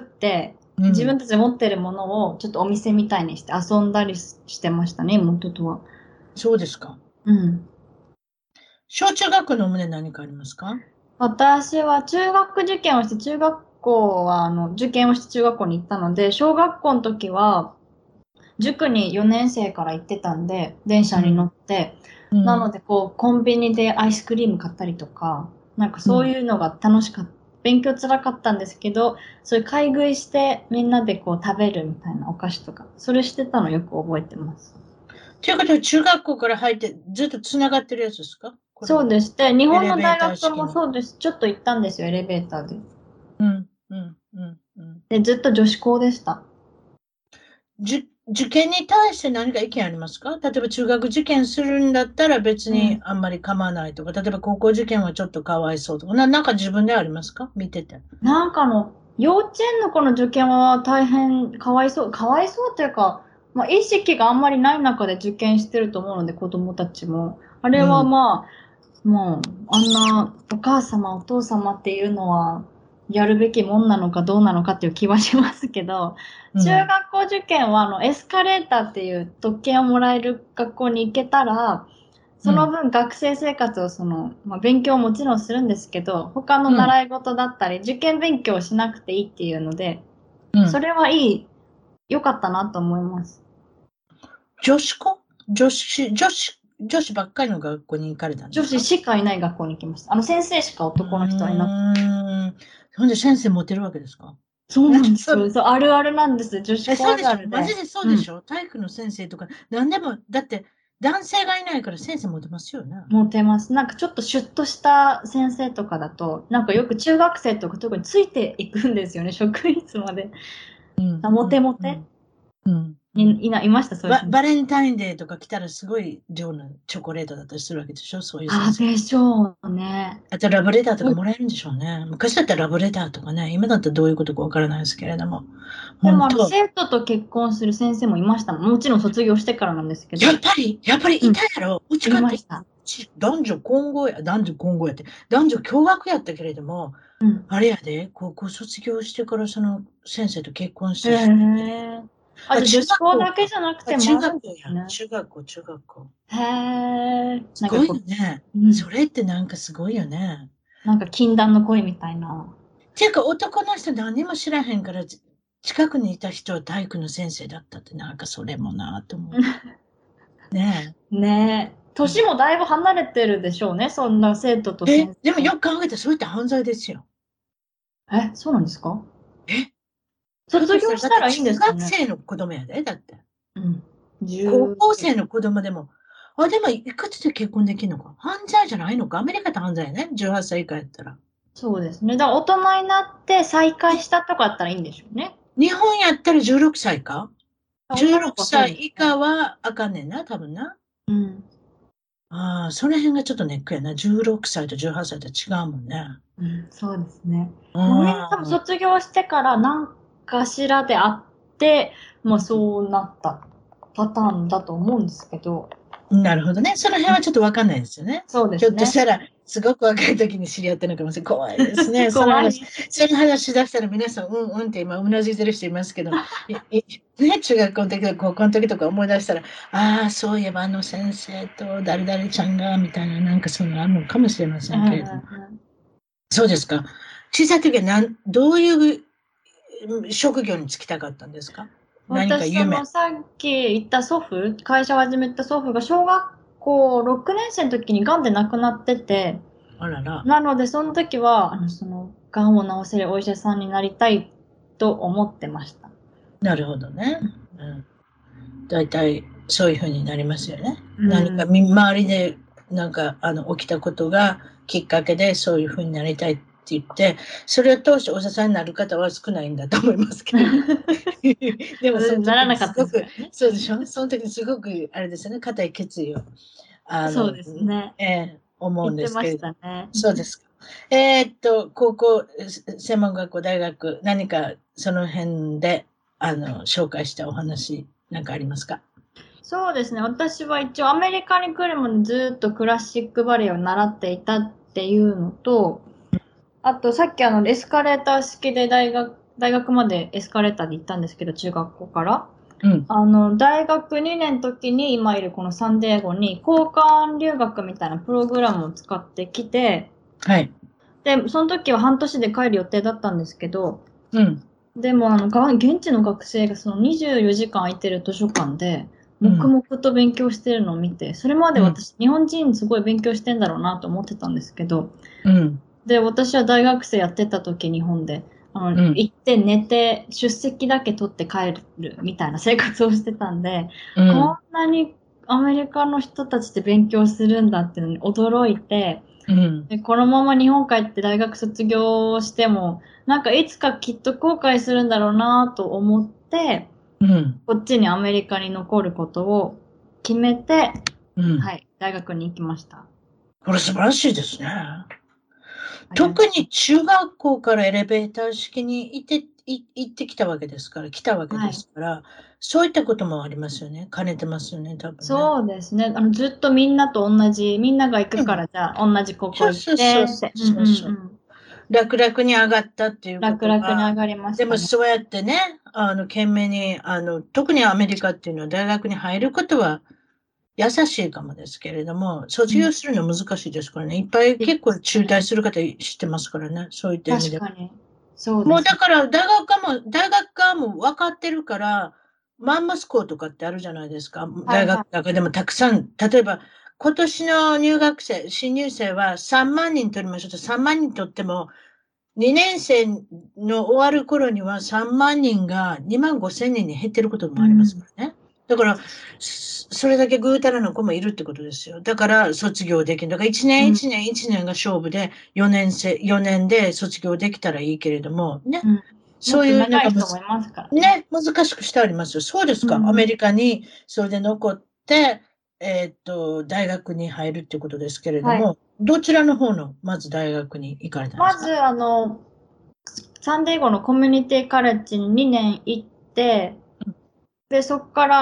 うん。 自分たちで持ってるものをちょっとお店みたいにして遊んだりしてましたね、妹とは。 そうですか。 うん。 小中学校の旨何かありますか？ 私は中学受験をして、中学校は受験をして中学校に行ったので、小学校の時は塾に4年生から行ってたんで、電車に乗うん。 って、 うん。 なのでこうコンビニでアイスクリーム買ったりとか、なんかうん。 そういうのが楽しかった。勉強辛かったんですけど、そういう買い食いしてみんなでこう食べるみたいなお菓子とか、それしてたのよく覚えてます。 ということは、中学校から入ってずっとつながってるやつですか？このそうです。で、日エレベー本の大学もター式の。 そうです。ちょっと行ったんですよ、エレベーターで。 うん、うん、うん、うん。 で、ずっと女子校でした。 受験に対して何か意見ありますか？例えば中学受験するんだったら別うん。 にあんまり構わないとか、例えば高校受験はちょっとかわいそうとか、なんか自分でありますか？見てて。 なんか幼稚園の子の受験は大変かわいそうというか、まあ、意識があんまりない中で受験してると思うので、子供たちも。あれはうん、 まあ、もう、あんなお母様、お父様っていうのは、やるべきもんなのかどうなのかっていう気はしますけど、中うん、 学校受験はエスカレーターっていう特権をもらえる学校に行けたら、そのうん、 分学生生活をまあ、勉強ももちろんするんですけど、他のうん、 習い事だったり、受験勉強をしなくていいっていうので、 うん。 それ良かったなと思います。 女子校女子ばっかりの学校に行かれたんで女すか？ 子しかいない学校に行きました。先生しかう男の人はいなくて。 ーん。そんで先生モテるわけですか？ そうえ、 なんですよ。そう、あるあるなんです。女子校あそうでしょ？ るあるで。 マジでそううん。 でしょ？体育の先生とか、何でも、だって男性がいないから先生モテますよね。 モテます。なんかちょっとシュッとした先生とかだと、なんかよく中学生とか特についていくんですよね、職員室まで。 うん、 モうん、 テモテうん、うん、うん。 いました、そういう先生。 バレンタインデーとか来たらすごい量のチョコレートだったりするわけでしょ？そういう先あ、 生。 でしょうね。 あとラブレターとかうん。 もらえるんでしょうね。昔だったらラブレターとかね、今だったらどういうことかわからないですけれども。 でも本当。 生徒と結婚する先生もいましたもん。もちろん卒業してからなんですけど。 やっぱりいうん。 たやろ。うちかっていました。 男女混合やって、男女共学やったけれども、 うん。 あれやで、高校卒業してからその先生と結婚しへた人。 え。あ、 あ、 じゃあ女中子校だけ学校か。 じゃなくあ、 ても中あるんで学校や。 すね。 中学校。 へえ。 すごいなんかこよね。 う、うん。 それってなんかすごいよね。 なんか禁断の恋みたいな。 ていうか男の人何も知らへんから、近くにいた人は体育の先生だったって、なんかそれもなぁと思う。ねねえ。 え。うん。 年もだいぶ離れてるでしょうね。そんな生徒と先でも生。 よく考えたらそれって犯罪ですよ。 そうなんですか？ えひょっ卒としたら、だって業したらいいんですかね？ 中学生の子供やで、だって。 うん。 高 10、 校生の子供でも、あ、でもいくつで結婚できるのか？犯罪じゃないのか？アメリカって犯罪やね。18歳以下やったら。 そうですね。だから大人になって再会したとかだったらいいんでしょうね。 日本やったら16歳か？ 女の 16 子はそう歳以ですね。 下はあかんねんな、多分な。 うん。 ああ、その辺がちょっとネックやな。16歳と18歳と違うもんね。 うん、そうですね。もうみんな多分あ卒業してから何かしらであって、もうそうなったパターンだと思うんですけど。 あ、なるほどね。その辺はちょっとわかんないですよね。ひょそうですね。 っとしたら、すごく若い時に知り合ってるのかもしれない。怖いですね。 怖い。 その話し出したら皆さん、うんうんって今うなずいてる人いますけど、ね、中学校の時とか高校の時とか思い出したら、ああ、そういえばあの先生と誰々ちゃんが、みたいな、なんかそういうのあるのかもしれませうんうんんけれども。 うん。 そうですか。小さい時はどういう職業に就きたかったんですか？何か私、そ夢。 のさっき言った祖父、会社を始めた祖父が小学校6年生の時に癌で亡くなってて、 あらら。 なのでその時は、その癌を治せるお医者さんになりたいと思ってました。 なるほどね。うん。大体そういうふうになりますよね。 うん。 何か周りでなんか起きたことがきっかけでそういうふうになりたいって言って、それを通してお医者さんになる方は少ないんだと思いますけれど。でもそ私の時ならなかったにすごく、 ですからね。 そうでしょ、その時にすごく、あれですよね、固い決意を、 そうですね。 思うん言ってましですけれど。 たね。 そうですか。高校、専門学校、大学、何かその辺で、紹介したお話、なんかありますか？ そうですね。私は一応アメリカに来るまでずっとクラシックバレエを習っていたっていうのと、あとさっきエスカレーター式で大学までエスカレーターで行ったんですけど、中学校から。 うん。 大学2年の時に今いるこのサンディエゴに交換留学みたいなプログラムを使ってきて、 はい。 で、その時は半年で帰る予定だったんですけど、 うん。 でも現地の学生がその24時間空いてる図書館で、黙うん。 々と勉強してるのを見て、それまでうん。 私、日本人すごい勉強してんだろうなと思ってたんですけど、 うん。 で、私は大学生やってた時、日本で、 うん。 行って寝て、出席だけ取って帰るみたいな生活をしてたんで、こんうん。 なにアメリカの人たちって勉強するんだっていうのに驚いて、 うん。 で、このまま日本帰って大学卒業しても、なんかいつかきっと後悔するんだろうなと思って、 うん。 こっちにアメリカに残ることを決めて、 うん。 はい、大学に行きました。 これ素晴らしいですね。 ありがと特に中学校からエレベーター式に行ってきたわけですから、来たわけう。はい。 ですから、そういったこともありますよね。兼ねてますよね、多分ね。 そうですね。ずっとみんなと同じ、みんなが行くうん。 からじゃあ同じ高校行っそうそうそうてって。うんうんそうそう。 うん。 楽々に上がったっていうこ楽とは、 々に上がりましでたね。 もそうやってね、懸命に、特にアメリカっていうのは大学に入ることは優しいかもですけれども、卒業うん。 するの難しいですからね。いっぱいで結構中退ね。 する方知ってますからね。そういった意味では。 確かに。そうですね。 もうだから大学側も分かってるから、マンモス校とかってあるじゃないですか。大学はいはい。 の中でもたくさん、例えば今年の入学生、新入生は3万人取りましょうと、3万人取っても、2年生の終わる頃には3万人が2万5千人に減ってることもありますかうん。 らね。だから、それだけぐうたらな子もいるってことですよ。だから卒業できる。だから1年うん。 1年1年が勝負で4年で卒業できたらいいけれども、ね。 うん。もっとそういうなんか長い人もいますからね。 ね、難しくしてありますよ。そうですか。アうんうん。 メリカにそれで残って、大学に入るっていうことですけれどはい。 も、どちらの方の、まず大学に行かれたんですか？ まず、サンディエゴのコミュニティカレッジに2年行って、で、そこから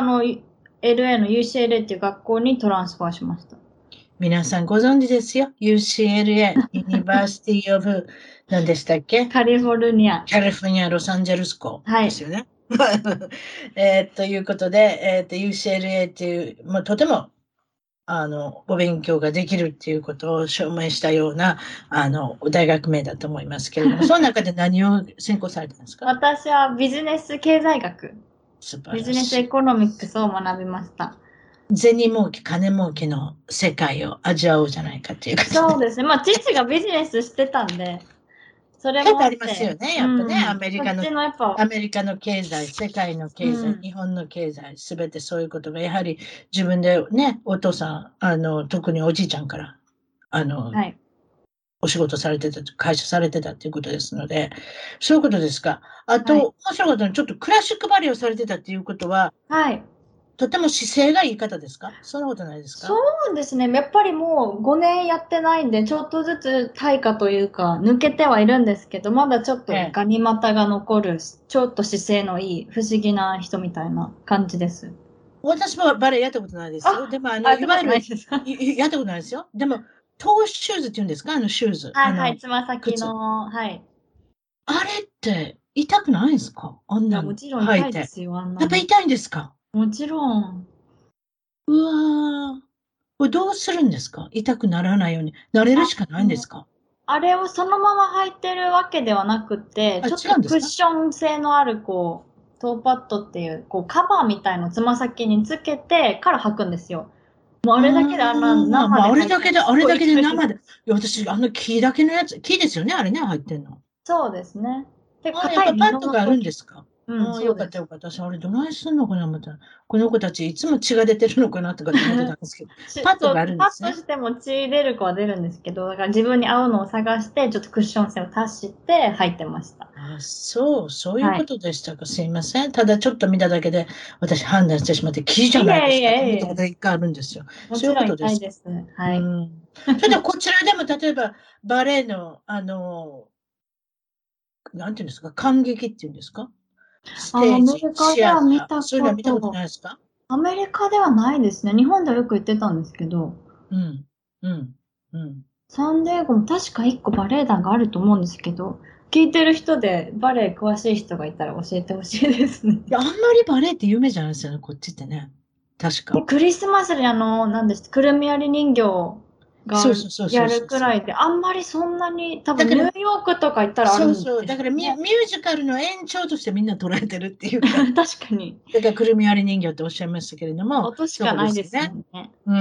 LA の UCLA っていう学校にトランスファーしました。 皆さんご存知ですよ。UCLA、ユニバーシティオブ、何でしたっけ？ カリフォルニア。 カリフォルニア、ロサンゼルス校はい。 ですよね。ということで、UCLA っていう、とても、お勉強ができるっていうことを証明したような、大学名だと思いますけれども、その中で何を専攻されたんですか？ 私はビジネス経済学、 素晴ビジネスらしい。 エコノミックスを学びました。 銭儲け、金儲けの世界を味わおうじゃないかっていうことで。 そうですね。まあ、父がビジネスしてたんで、それもあ書いてありますよって、 ね、 うやっぱね、 ん、こっちのやっぱ、 アメリカの経済、世界の経済、 うん、 日本の経済、すべてそういうことが、やはり自分でね、お父さん、特におじいちゃんから、あの、 はい。 お仕事されてた、会社されてたっていうことですので、そういうことですか。あと、 はい。 面白かったのは、ちょっとクラシックバレエをされてたっていうことは、 はい。 とても姿勢がいい方ですか？そんなことないですそか？ うですね。やっぱりもう5年やってないんで、ちょっとずつ対価というか、抜けてはいるんですけど、まだちょっええ。 とガニ股が残る、ちょっと姿勢のいい、不思議な人みたいな感じです。 私もバレエやったことないですよ。でも、 やったこといわゆる、 ないですか？ やったことないですよ。でも、トーシューズって言うんですか？シューズ。 はいはい、つま先靴。 の、はい。 あれって痛くないんですか？あんいや、 なのもちろん履いて。 痛いですよ、あんなの。 やっぱ痛いんですか？ もちろん。 うわー。これどうするんですか？痛くならないように。慣れるあしかないんでの、 すか？ あれをそのまま履いてるわけではなくて、 あ、 ちょっと違うんですか？ クッション性のある、こう、トーパッドっていう、こう、カバーみたいのをつま先につけてから履くんですよ。もうあれだけであんな生まあ、 で履いたらすごいあれだけで痛いです。 生で。いや、私、木だけのやつ、木ですよね、あれね、入ってんの。 そうですね。で、 あ、やっぱ硬い布パッドがあの時。 るんですか？ うん、 ああ、よかったそうです。 よかった。私、あれどないすんのかな思ったら、この子たちいつも血が出てるのかなとかって思ってたんですけど、パッドがあそう、パッとるんですね。 しても血出る子は出るんですけど、だから自分に合うのを探して、ちょっとクッション性を足して履いてました。 あ、そういうはい。 ことでしたか。すいません。ただちょっと見ただけで、私判断してしまって、木じゃいえいないですかと思ったことえいえ。 が一回あるんですよ。そういうもちろんことですか。 痛いです。はい。 うん。それでこちらでも、例えば、バレエの、なんていうんですか、感激っていうんですか？ステアージ、 メリカでシアター、 は見たそういうのは見たことこと、 ないですか？ アメリカではないですね。日本ではよく言ってたんですけど、 うん、うん、うん。 サンディエゴも確か1個バレエ団があると思うんですけど、聞いてる人でバレエ詳しい人がいたら教えてほしいですね。 いや、あんまりバレエって有名じゃないですよね、こっちってね。確か。 クリスマスに何です、くるみ割り人形がやるくそう。 らいで、あんまりそんなに、多だから、 分ニューヨークとか行ったらあるんでだからしょうね。 ミュージカルの延長としてみんな捉えてるっていうか、 確かに。 だからくるみ割り人形っておっしゃいましたけれども、 音しかそうないですもですよね。 んね。 うん、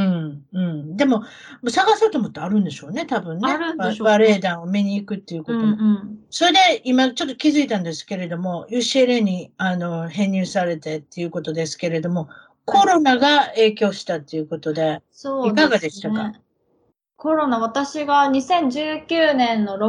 うん。でも、探そうと思ってあるんでしょうね、多分ね。 あるんでしょうね。 バレエ団を見に行くっていううんことも。 うん。 それで、今ちょっと気づいたんですけれども、UCLA に、編入されてっていうことですけれども、 はい。 コロナが影響したっていうことで、いかがそうですでしたか？ ね。コロナ、私が2019年の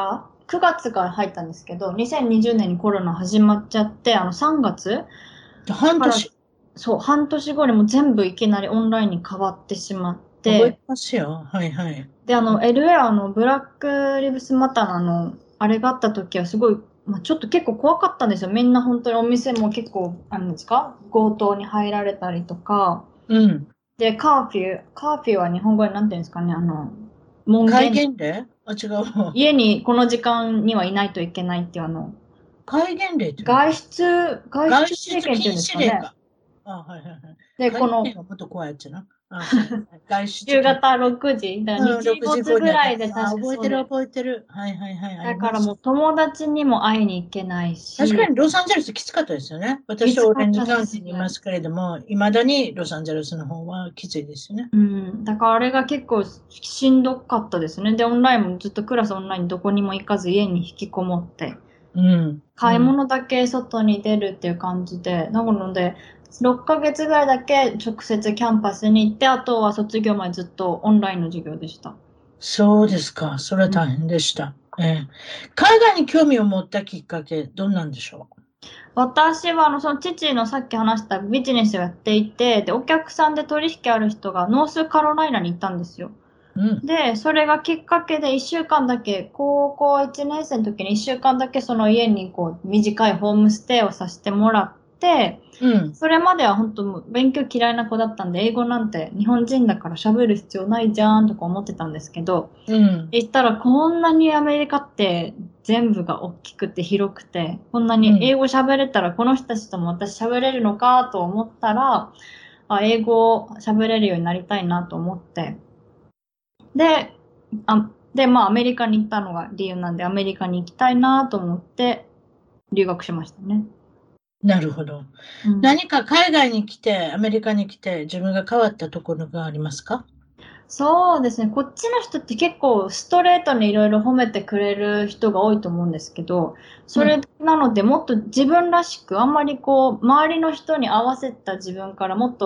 9月から入ったんですけど、2020年にコロナ始まっちゃって、3月から、 半年、 そう、半年後にもう全部いきなりオンラインに変わってしまっ覚えてて、 ますよ。はいはい。 で、LA ブラックリブスマターのあれがあった時はすごい、まあ、ちょっと結構怖かったんですよ。みんな本当にお店も結構、ですか、強盗に入られたりとか、 うん。 で、カーフィーは日本語でなんていうんですかね、門戒限、 厳令あ、違う。 家にこの時間にはいないといけないっていう戒厳令っていうのかな。 外出外制限っていうん出禁ですかね。 止令か。あ、はいはいはい。 で、 戒厳令がもっと怖いやつな。あ、そう。外出禁止。 夕方6時、だからうん、 日 6時以降にはダメ。 没ぐらいであ、 確かそうで、 覚えてる。はいはいはい、ありました。 だからもう友達にも会いに行けないし、 確かにロサンゼルスきつかったですよね。私はオきつかレンジカウンテったです。 ィにいますけれども、未だにロサンゼルスの方はきついですよね。 うん、だからあれが結構しんどかったですね。で、オンラインもずっとクラスオンラインどこにも行かず家に引きこもって、 うん、うん。 買い物だけ外に出るっていう感じで、なので、6ヶ月ぐらいだけ直接キャンパスに行って、あとは卒業までずっとオンラインの授業でした。 そうですか。それはうん、 大変でした。海外に興味を持ったきっかけ、どんなんでしょ私はその父のさっき話したビジネスをやっていて、で、お客さんで取引ある人がノースカロライナに行ったんですよ。 う？うん、 で、それがきっかけで1週間だけ、高校1年生の時に1週間だけその家にこう短いホームステイをさせてもらって、 うん、 それまでは本当もう勉強嫌いな子だったんで、英語なんて日本人だから喋る必要ないじゃんとか思ってたんですけど、 うん、 行ったらこんなにアメリカって全部が大きくて広くて、こんなうん。 に英語喋れたらこの人たちとも私喋れるのかと思ったら、英語喋れるようになりたいなと思って、で、まあアメリカに行ったのが理由なんで、アメリカに行きたいなと思って留学しましたね。 なるほど。 うん、 何か海外に来て、アメリカに来て、自分が変わったところがありますか？ そうですね。こっちの人って結構ストレートにいろいろ褒めてくれる人が多いと思うんですけど、それうん、 なのでもっと自分らしく、あんまりこう、周りの人に合わせた自分からもっと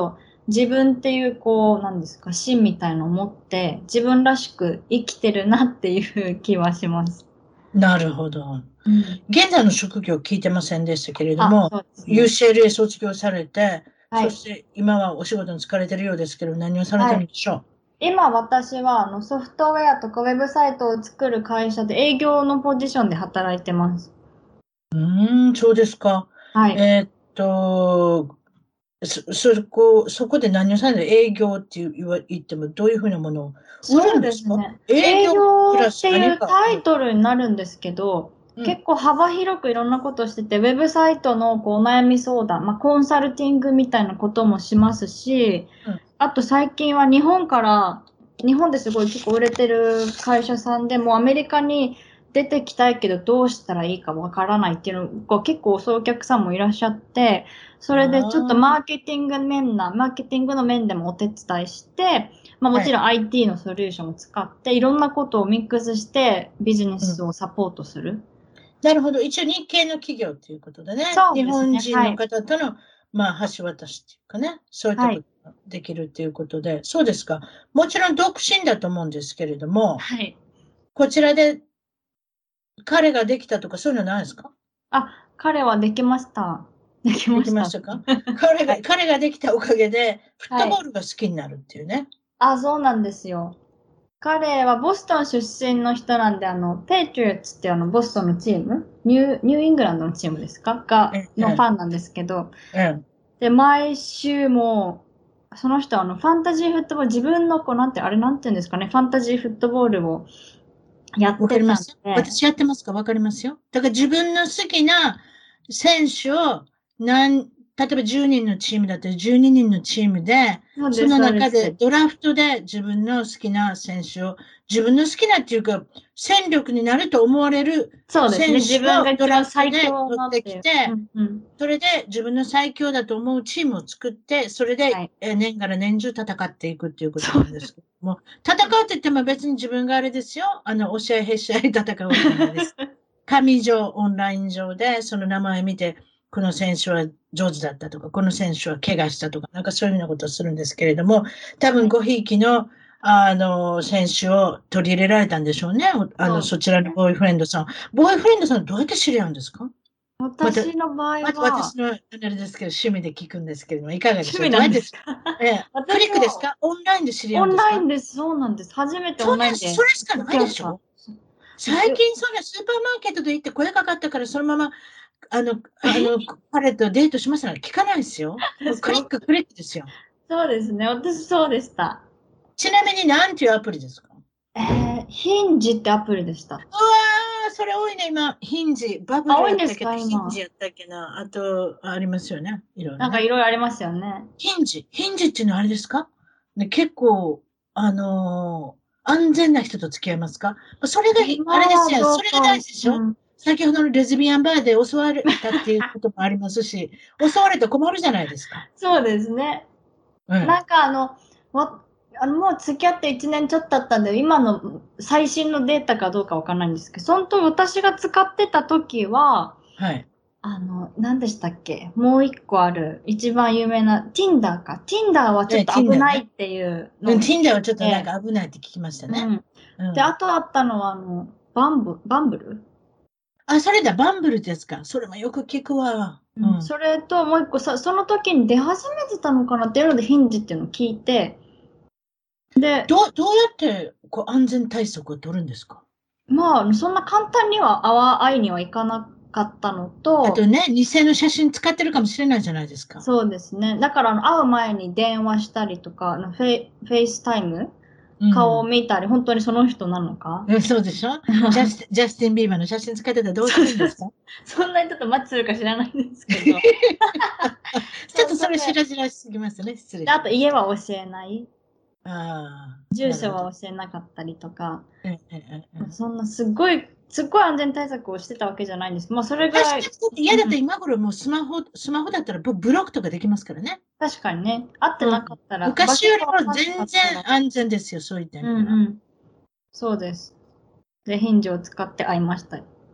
自分っていう、こう、なんですか、芯みたいのを持って、自分らしく生きてるなっていう気はします。 なるほど。 うん。 現在の職業聞いてませんでしたけれどあ、 も、 そうですね。 UCLA 卒業されて、 はい。 そして今はお仕事に疲れてるようですけど、何をされてはい。 るんでしょ今私はソフトウェアとかウェブサイトを作る会社で営業のポジションで働いてます。 う？そうですか。 はい。 えーっと、そこで何をされる営業って言っても、どういうふうなものを売そうるんですか？ ですね。営営業プラス業ってい何か。 うタイトルになるんですけど、 うん。 結構幅広くいろんなことをしてて、ウェブサイトのお悩み相談、コンサルティングみたいなこともしますし、 うん。 あと最近は日本ですごい結構売れてる会社さんでもアメリカに出てきたいけどどうしたらいいかわからないっていうのが結構そういうお客さんもいらっしゃって、それでちょっとあマーケティングの面でもお手伝いして、 あ、はい。 もちろん IT のソリューションを使っていろんなことをミックスしてビジネうん。 スをサポートする。 なるほど。一応日系の企業ということでね。日そうですね。 本人のはい。 方との、橋渡しっていうかね。そういったはい。 ことができるっていうことで。そうですか。もちろん独身だと思うんですけれども、 はい。 こちらで彼ができたとかそういうのないですか？ あ、彼はできました。できでました。 きましたか？彼が、 はい。 彼ができたおかげで、フットはい。 ボールが好きになるっていうね。 あ、そうなんですよ。彼はボストン出身の人なんで、ペイトリオッツってボストンのチーム、ニューイングランドのチームですかのフええ、 ァンなんですけど、 ええ。 で、毎週も、その人はファンタジーフットボール、自分のあれなんていうんですかね、ファンタジーフットボールをやっわかてたんりますで、 私やってますか？わかりますよ。だから自分の好きな選手を例えば10人のチームだったら12人のチームで、そそうです、そうです。 の中でドラフトで自分の好きな選手を、自分の好きなっていうか、戦力になると思われるそうですね、 選自分が手をド一番ラフトで最強取ってのっていう。うきて、 んうん。 それで自分の最強だと思うチームを作って、それではい。 年がら年中戦っていくっていうことそう。 なんですけども、戦うって言っても別に自分があれですよ。押し合いへし合い戦うわけじゃないです。紙上、オンライン上で、その名前見て、この選手は上手だったとか、この選手は怪我したとか、なんかそういうようなことをするんですけれども、多分はい。 ごひいきの、選手を取り入れられたんでしょうね。 そうそちらのですね。 ボーイフレンドさん。ボーイフレンドさんどうやって知り合うんですか？また、 私の場合は、 私のあれですけど、趣味で聞くんですけれども、いかがでしょう？ 趣味どうやって、 なんですか？ クリックです私もか？オンラインで知り合オンうんですか？ ラインです。そうなんです。初めてオンラインでそれしか知ないりました。 でしょ？最近そんなスーパーマーケットで行って声かかったからそのまま、彼とデートしましたら聞かないですよ。もう確かクリックですよ。 そうですね。私そうでした。 ちなみに何ていうアプリですか？ ヒンジってアプリでした。 うわー、それ多いね、今。ヒンジ、バブあ、 ル多いんですやったっけな、ヒンジか今。 やったっけな、あと、ありますよね。いろいろなんかね。 いろいろありますよね。 ヒンジっていうのはあれですか？ね、結構、安全な人と付き合いますか？それが、あれ今はですよ。 どうか、 それが大事でしょ？ うん。 先ほどのレズビアンバーで襲われたっていうこともありますし、襲われて困るじゃないですか。 そうですね。 うん。 なんかわもう付き合って1年ちょっと経ったんで、今の最新のデータかどうかわかんないんですけど、その時私が使ってた時は、 はい。 何でしたっけもう一個ある、一番有名な、Tinder か。Tinder はちょっと危 Tinder ね。 ないっていううん、 のを聞い Tinder はちょっとなんて、 か危ないって聞きましたね。 うん。で、あうん。 とあったのは、バンブルあ、それだ、バンブルってやつか。それもよく聞くわ。 うん。 うん。 それともう一個その時に出始めてたのかなっていうので、ヒンジっていうのを聞いて、で、 どうやって、安全対策を取るんですか？ そんな簡単には会いにはいかなかったのと、 あとね、偽の写真使ってるかもしれないじゃないですか。 そうですね。だから会う前に電話したりとか、フェイスタイム顔をうん。 見たり、本当にその人なのかうん、そうでしょ？ジャスティン・ビーバーの写真使ってたらどうすそうそうそう。 るんですか？ そんなにちょっとマッチするか知らないんですけど。 ちょっそう、 とそれ白々しすぎますね。失礼で、あとしました。 家は教えない。 ああ、 住所なるほど。 は教えなかったりとか。 うん。 そんなすっごい安全対策をしてたわけじゃないんですけど、それぐハッシュらい、 タグって嫌だったら今頃もうスマホだったらブロックとかできますからね。 確かにね、会ってなかうん。 ったら、場昔より所が分かんなかも全ったら、 然安全ですよ、そういった意う味では。 んうん、そうです。で、ヒンジを使って会いました。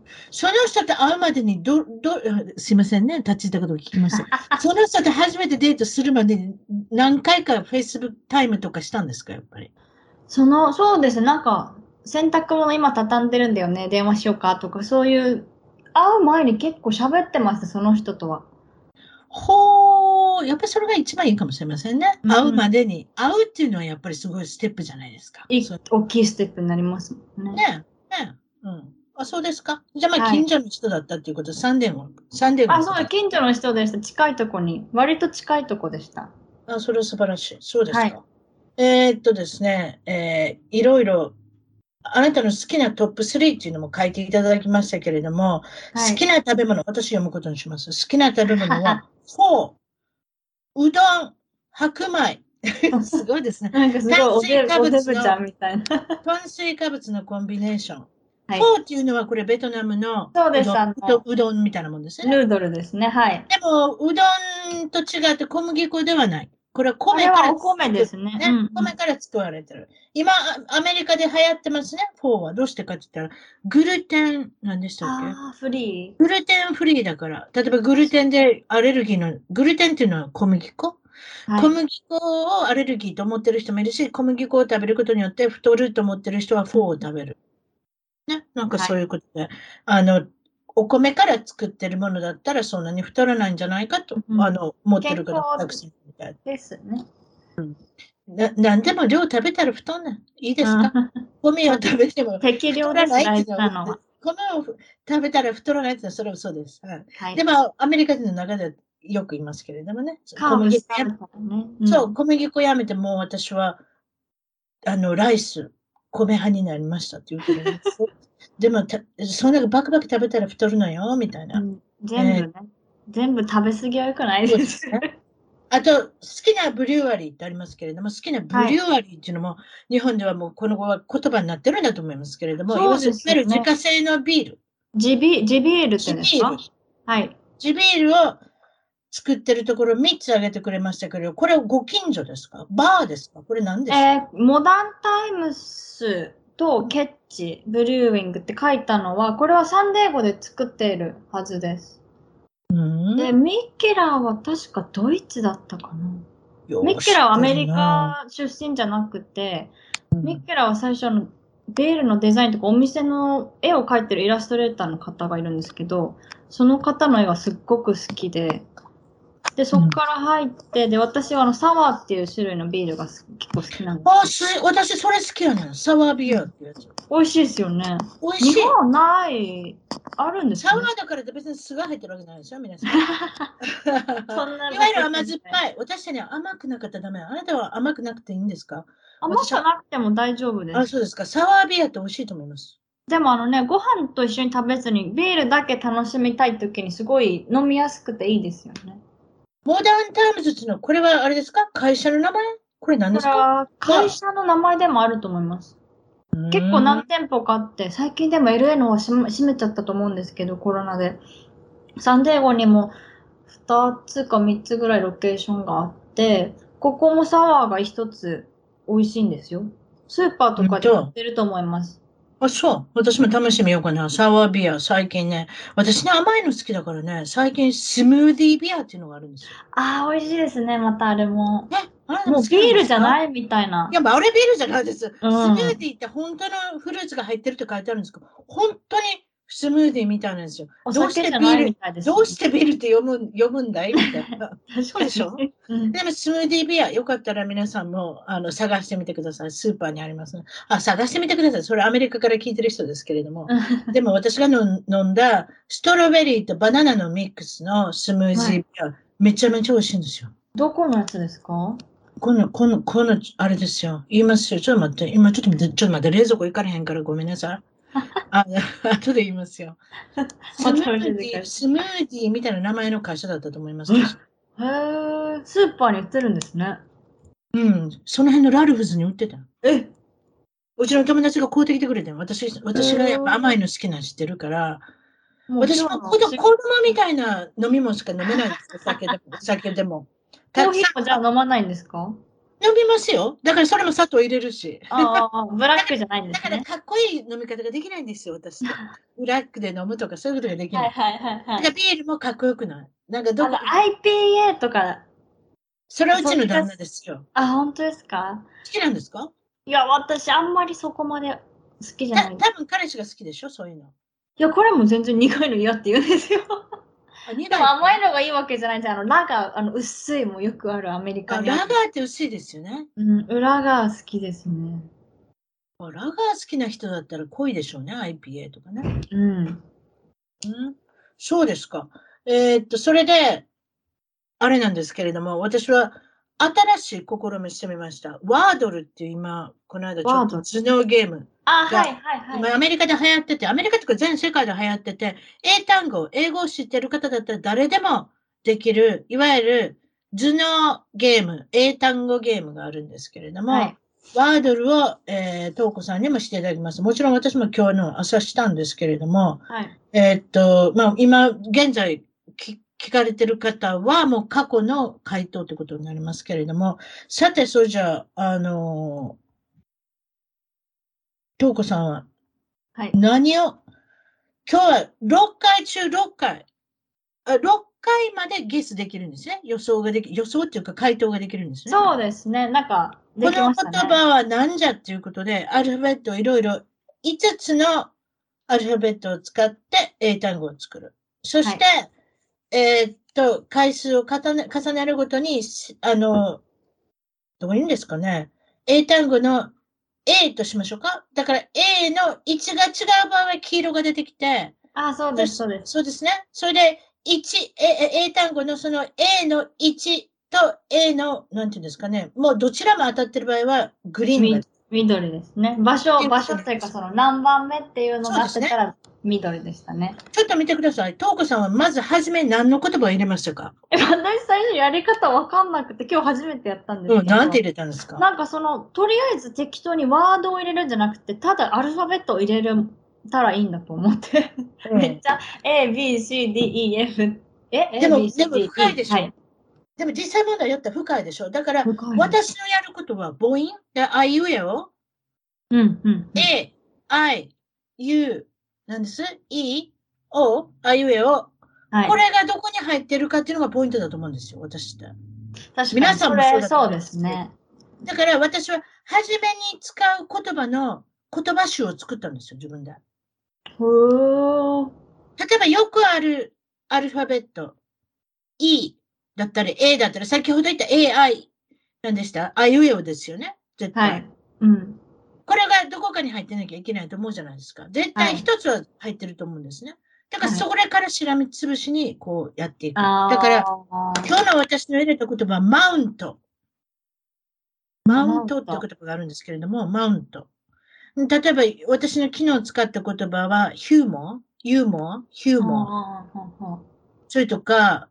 その人と会うまでにすいませんね、立ち入ったことを聞きました。その人と初めてデートするまでに何回か Facebook タイムとかしたんですか、やっぱり。 そうですね、なんか、洗濯物今畳んでるんだよね、電話しようかとか、そういう、会う前に結構喋ってました、その人とは。 やっぱりそれが一番いいかもしれませんね。会うまでに。会うっていうのはやっぱりすごいステップじゃないですか。 大きいステップになりますもんね。 ね。うん。あ、そうですか。じゃあ近所の人だったっていうこと、サンデーも。 そう、近所の人でした。近いとこに。割と近いとこでした。 それは素晴らしい。そうですか。ですね、いろいろ、あなたの好きなトップ3っていうのも書いていただきましたけれども、好きな食べ物、私読むことにします。好きな食べ物は、フォー、うどん、白米。すごいですね。 なんかすごいおデブちゃんみたいな。 炭水化物のコンビネーション。フォーっていうのはこれベトナムのうどんみたいなもんですね。 ヌードルですね。はい。 でも、うどんと違って小麦粉ではない。これは米からお米ですね。 米から作られてる。今、アメリカで流行ってますね、フォーは。どうしてかって言ったら、グルテン、何でしたっけ？ フリー。グルテンフリーだから。例えばグルテンでアレルギーの、グルテンっていうのは小麦粉？小麦粉をアレルギーと思ってる人もいるし、小麦粉を食べることによって太ると思ってる人はフォーを食べる。ね。なんかそういうことで、お米から作ってるものだったらそんなに太らないんじゃないかと、思ってる方たくさんみたいですね。 なんでも量食べたら太んない。いいですか？米を食べても適量ですね。 米を食べたら太らないっていうのはそれは嘘です。でも、アメリカ人の中ではよく言いますけれどもね。小麦粉やめてもう私は、ライス、米派になりましたって言うけど、でも、そんなバクバク食べたら太るのよ、みたいな。 全部食べ過ぎは良くないです。 あと、好きなブリュワリーってありますけれども、好きなブリュワリーっていうのも、日本ではもうこの後は言葉になってるんだと思いますけれども、いわゆる自家製のビール。 地ビールって言うんですか？はい。 地ビールを作ってるところ3つ挙げてくれましたけど、これご近所ですか？バーですか？これ何ですか？ モダンタイムスとケッチ、ブリューウィングって書いたのは、これはサンデーゴで作っているはずです。で、ミッケラーは確かドイツだったかな。ミッケラーはアメリカ出身じゃなくて、ミッケラーは最初のベールのデザインとかお店の絵を描いてるイラストレーターの方がいるんですけど、その方の絵がすっごく好きで、で、そこから入って、で、私はサワーっていう種類のビールが結構好きなんです。 私それ好きやねん。サワービアってやつ。 美味しいですよね。 美味しい。 日本ない、あるんですか？ サワーだからって別に酢が入ってるわけじゃないですよ、皆さん。いわゆる甘酸っぱい。私には甘くなかったらダメ。あなたは甘くなくていいんですか？ 甘くなくても大丈夫です。 そうですか。サワービアって美味しいと思います。 でもご飯と一緒に食べずにビールだけ楽しみたいときにすごい飲みやすくていいですよね。 モダンタイムズっていうのは、これはあれですか？会社の名前？これ何ですか？ 会社の名前でもあると思います。結構何店舗かあって、最近でも LA の方は閉めちゃったと思うんですけど、コロナで。サンデーゴにも2つか3つぐらいロケーションがあって、ここもサワーが1つ美味しいんですよ。スーパーとかで売ってると思います。 そう。私も試してみようかな。サワービア、最近ね。私ね、甘いの好きだからね、最近スムーディービアっていうのがあるんですよ。 美味しいですね、またあれも。もうビールじゃないみたいな。 いや、あれビールじゃないです。スムーディーって本当のフルーツが入ってるって書いてあるんですけど、本当にスムーディーみたいなんですよ。どうしてビールって読むんだいみたいな。そうでしょ？でもスムーディービア、よかったら皆さんも探してみてください。スーパーにあります。探してみてください。それアメリカから聞いてる人ですけれども。でも私が飲んだストロベリーとバナナのミックスのスムーディービア、めちゃめちゃ美味しいんですよ。 どこのやつですか？ この、あれですよ。言いますよ。ちょっと待って。今、ちょっと待って。冷蔵庫行かれへんからごめんなさい。後で言いますよ。スムーディーみたいな名前の会社だったと思います。 へー、スーパーに売ってるんですね。 その辺のラルフズに売ってた。うちの友達が買うてきてくれてん。私がやっぱ甘いの好きなの知ってるから、私も子供みたいな飲み物しか飲めないんですよ。酒でも。 コーヒーもじゃあ飲まないんですか？ 飲みますよ。だからそれも砂糖入れるし。 ああ、ブラックじゃないんでだからすね。 かっこいい飲み方ができないんですよ、私って。ブラックで飲むとかそういうことができない。 はいだからビールもかっこよくない。なんか IPA とか。 それはうちの旦那ですよ。 本当ですか？ 好きなんですか？ いや、私あんまりそこまで好きじゃない。 多分彼氏が好きでしょ、そういうの。 いや、これも全然苦いの嫌って言うんですよ。でも甘いのがいいわけじゃないんで、ラガー、薄いもよくあるアメリカに。 ラガーって薄いですよね。 裏が好きですね。 ラガー好きな人だったら濃いでしょうね、IPA とかね。そうですか。それで、あれなんですけれども、私は新しい試みしてみました。ワードルっていう今、この間ちょっと頭脳ゲームが、今アメリカで流行ってて、アメリカとか全世界で流行ってて、英単語、英語を知ってる方だったら誰でもできる、いわゆる頭脳ゲーム、英単語ゲームがあるんですけれども、ワードルを、トウコさんにもしていただきます。もちろん私も今日の朝したんですけれども、今、現在、聞かれてる方はもう過去の回答ということになりますけれども、さて、それじゃあ、トウコさんは、何を、今日は6回中6回、6回までゲスできるんですね。予想っていうか回答ができるんですね。 そうですね。なんか、できましたね。 この言葉は何じゃっていうことで、アルファベットをいろいろ5つのアルファベットを使って英単語を作る。そして、回数を重ねるごとに、どういうんですかね。英単語の A としましょうか。だから A の位置が違う場合は黄色が出てきて。 そうです、そうです。 そうですね。それで、英単語のその A の1と A の、なんていうんですかね。もうどちらも当たってる場合はグリーンが。 緑ですね。場所っていうか、その何番目っていうのがあってたら緑でしたね。 ちょっと見てください。トウコさんはまず初め何の言葉を入れましたか？ 私最初やり方わかんなくて、今日初めてやったんですけど。 なんて入れたんですか？ なんかとりあえず適当にワードを入れるんじゃなくて、ただアルファベットを入れたらいいんだと思って。めっちゃ A, B, C, D, E, F。 でも深いでしょ。でも実際問題やったら深いでしょ。だから、私のやることは母音で、あいうえを、A, I, U、なんです ?E, O、あいうえを、これがどこに入ってるかっていうのがポイントだと思うんですよ、私って。 確かに皆さんもそうですね。だから私は、初めに使う言葉の言葉集を作ったんですよ、自分で。例えばよくあるアルファベット、E だったり A だったり、先ほど言った AI なんでした？あいうえおですよね、絶対。これがどこかに入ってなきゃいけないと思うじゃないですか。絶対一つは入ってると思うんですね。だからそれからしらみつぶしにこうやっていく。だから、今日の私の入れた言葉はマウント。マウントって言葉があるんですけれども、マウント。例えば、私の昨日使った言葉は、ヒューモア。それとか、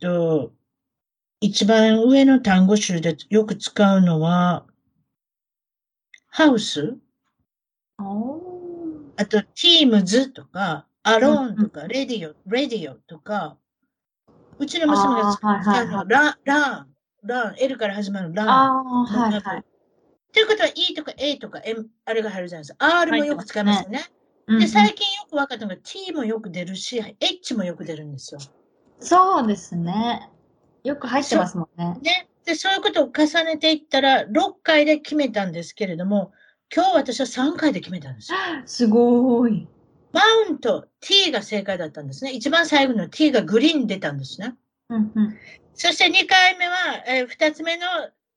一番上の単語集でよく使うのは、ハウス。あと、ティームズとか、アローンとか、レディオとか、うちの娘が使うのは、ラン、L から始まるラン。ということは、E とか A とか M、あれが入るじゃないですか。R もよく使いますよね。で、最近よく分かったのが T もよく出るし、H もよく出るんですよ。 そうですね。よく入ってますもんね。 で、そういうことを重ねていったら、6回で決めたんですけれども、今日私は3回で決めたんですよ。 すごい。 マウント、T が正解だったんですね。一番最後の T がグリーン出たんですね。そして2回目は、2つ目の、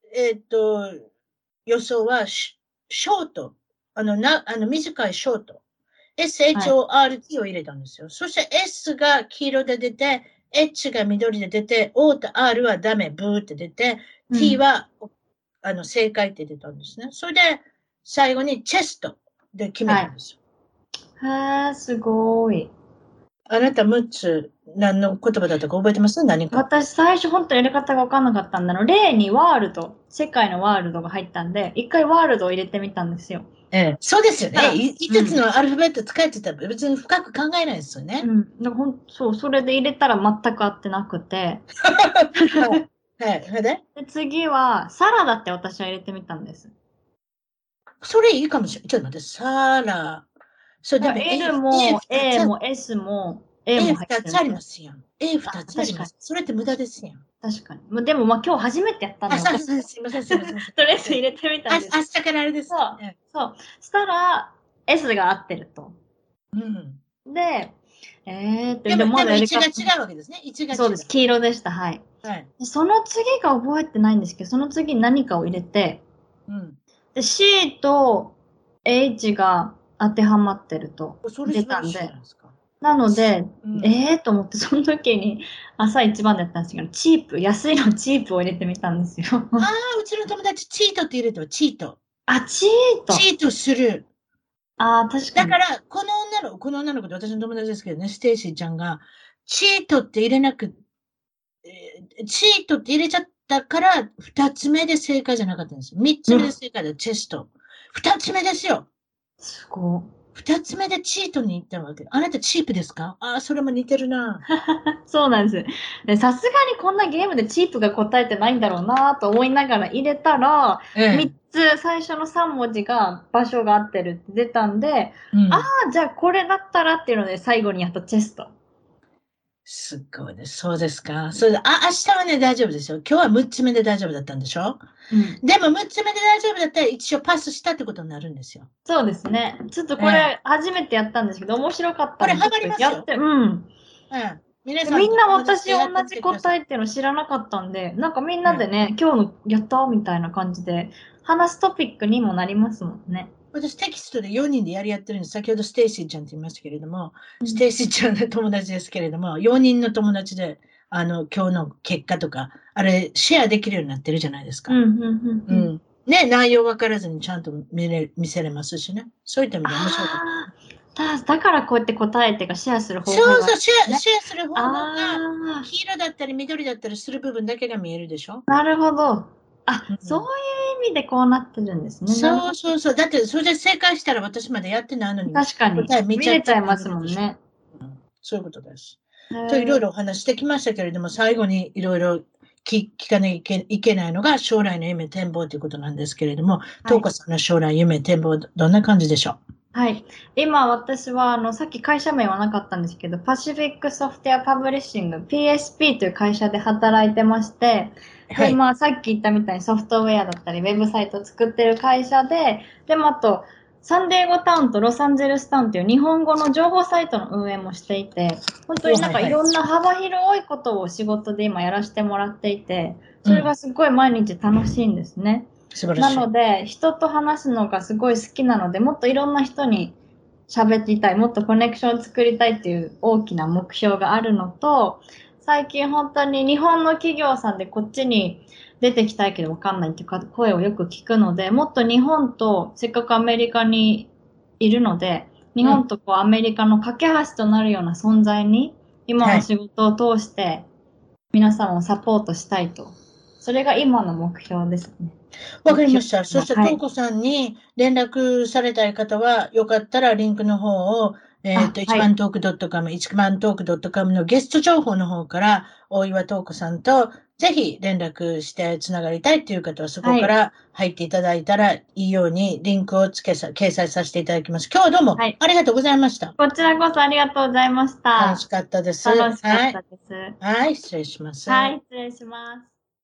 予想は、ショート。短いショート。SHORT を入れたんですよ。そして S が黄色で出て、H が緑で出て、O と R はダメ、ブーって出て、T は、正解って出たんですね。それで、最後にチェストで決めたんですよ。 すごい。 あなた6つ何の言葉だったか覚えてます？何か。 私最初本当やり方が分かんなかったんだの。例にワールド、世界のワールドが入ったんで、一回ワールドを入れてみたんですよ。 そうですよね。5つのアルファベット使えてたら別に深く考えないですよね。 そう、それで入れたら全く合ってなくて。 はい。それでで、次は、サラダって私は入れてみたんです。 それいいかもしれない。ちょっと待って、サラ。そう、 だからでも L A も二 A つあ、 も S も A も A 入って二つありるんですよ。 ますやん。A 二あ、 つあり確かに。 ます。それって無駄ですやん。 確かに。でもまあ今日初めてやったんあ、 で、 そう私。 そう、すいません、すいません、すいとりあえません。 ず入れてみたあ、 んです。 明日からあれですね。 そう。そう。したら、S が合ってると。 うん。 で、ででも、でも位置がもまだやり方、 違うわけですね。位置が違う。 そうです。黄色でした。はい。 はい。 でその次が覚えてないんですけど、その次に何かを入れて、 うん。 で、C と H が当てはまってるとそれ出素晴らしいじゃたんで、 ないですか。 なので、 うん。 と思って、その時に朝一番だったんですけど、チープ、安いのチープを入れてみたんですよ。 ああ、うちの友達、チートって入れてる、チート。 あ、チート。 チートする。 ああ、確かに。 だから、この女の子で私の友達ですけどね、ステイシーちゃんが、チートって入れなく、チートって入れちゃったから、二つ目で正解じゃなかったんですよ。三つ目でうん。 正解だ、チェスト。二つ目ですよ。 すご二つ目でチートに行ったわけ。あなたチープですか？ああ、それも似てるな。 い。そうなんです。で、さすがにこんなゲームでチープが答えてないんだろうなと思いながら入れたら、3 ええ。 つ最初の3文字が場所が合ってるって出たんで、あうん。 あ、じゃあこれだったらっていうので最後にやったチェスト。 すごいです。そうですか。それで、明日はね、大丈夫ですよ。今日は6つ目で大丈夫だったんでしょ？ うん。 でも6つ目で大丈夫だったら一応パスしたってことになるんですよ。 そうですね。ちょっとええ。 これ初めてやったんですけど、面白かったんで、ちょっこれハマりますよ。 とやって、うん。 ええ。皆で、 さんみんなと友達私同でやってみじてください。 答えっていうの知らなかったんで、なんかみんええ。 なでね、今日のやったみたいな感じで、話すトピックにもなりますもんね。 私テキストで4人でやってるんです。先ほどステイシーちゃんって言いましたけれども、スうん。 テイシーちゃんの友達ですけれども、4人の友達で、今日の結果とか、あれ、シェアできるようになってるじゃないですか。 うん、うん、うん、うん。 うん。ね、内容分からずにちゃんと見せれますしね。そういった意味で面白かった。 ああ、だからこうやって答えっていうかシェアする方法があるそうそう、 んですね。 シェアする方法が、 ああ、 黄色だったり緑だったりする部分だけが見えるでしょ？ なるほど。あ、そううん。 いう意味でこうなってるんですね。なるほそうそうそう。だって、それで正解したら私までやってないのど。 に、 確かに。 答え見見ちゃったって言れちゃいますわれるでしょ？ もんね。 うん。そういうことです。 へと、いろいろおえ。 話してきましたけれども、最後にいろいろ聞かなきゃいけないのが将来の夢展望ということなんですけれども、 はい。 東子さんの将来夢展望、どんな感じでしょはい。今私は、さっき会社名はなかったんですけど、パシフィックソフトウェアパブリッシング、PSP という会社で働いてまして、で、 う？はい。 まあ、さっき言ったみたいにソフトウェアだったり、ウェブサイトを作ってる会社で、でもあと、サンディエゴタウンとロサンゼルスタウンという日本語の情報サイトの運営もしていて、本当になんはいはい。 かいろんな幅広いことを仕事で今やらせてもらっていて、それがうん。 すごい毎日楽しいんですね。な素晴らしい。 ので、人と話すのがすごい好きなので、もっといろんな人に喋りたい、もっとコネクションを作りたいっていう大きな目標があるのと、最近本当に日本の企業さんでこっちに出てきたいけどわかんないっていうか声をよく聞くので、もっと日本とせっかくアメリカにいるので、日うん。 本とこうアメリカの架け橋となるような存在に今はい。 の仕事を通して皆さんをサポートしたいと。それが今の目標ですね。 わか目りました。そ標というか、 したら、 はい。 東子さんに連絡されたい方は、よかったらリンクの方を、 あ、 一はい。 番トーク .com、一番トーク .com のゲスト情報の方から、大岩東子さんと、ぜひ連絡してつながりたいという方は、そこはい。 から入っていただいたらいいように、リンクを掲載させていただきます。今日はどうもはい。 ありがとうございました。 こちらこそありがとうございました。 楽しかったです。 楽しかっはい。 たです。 はい、失礼します。 はい、失礼します。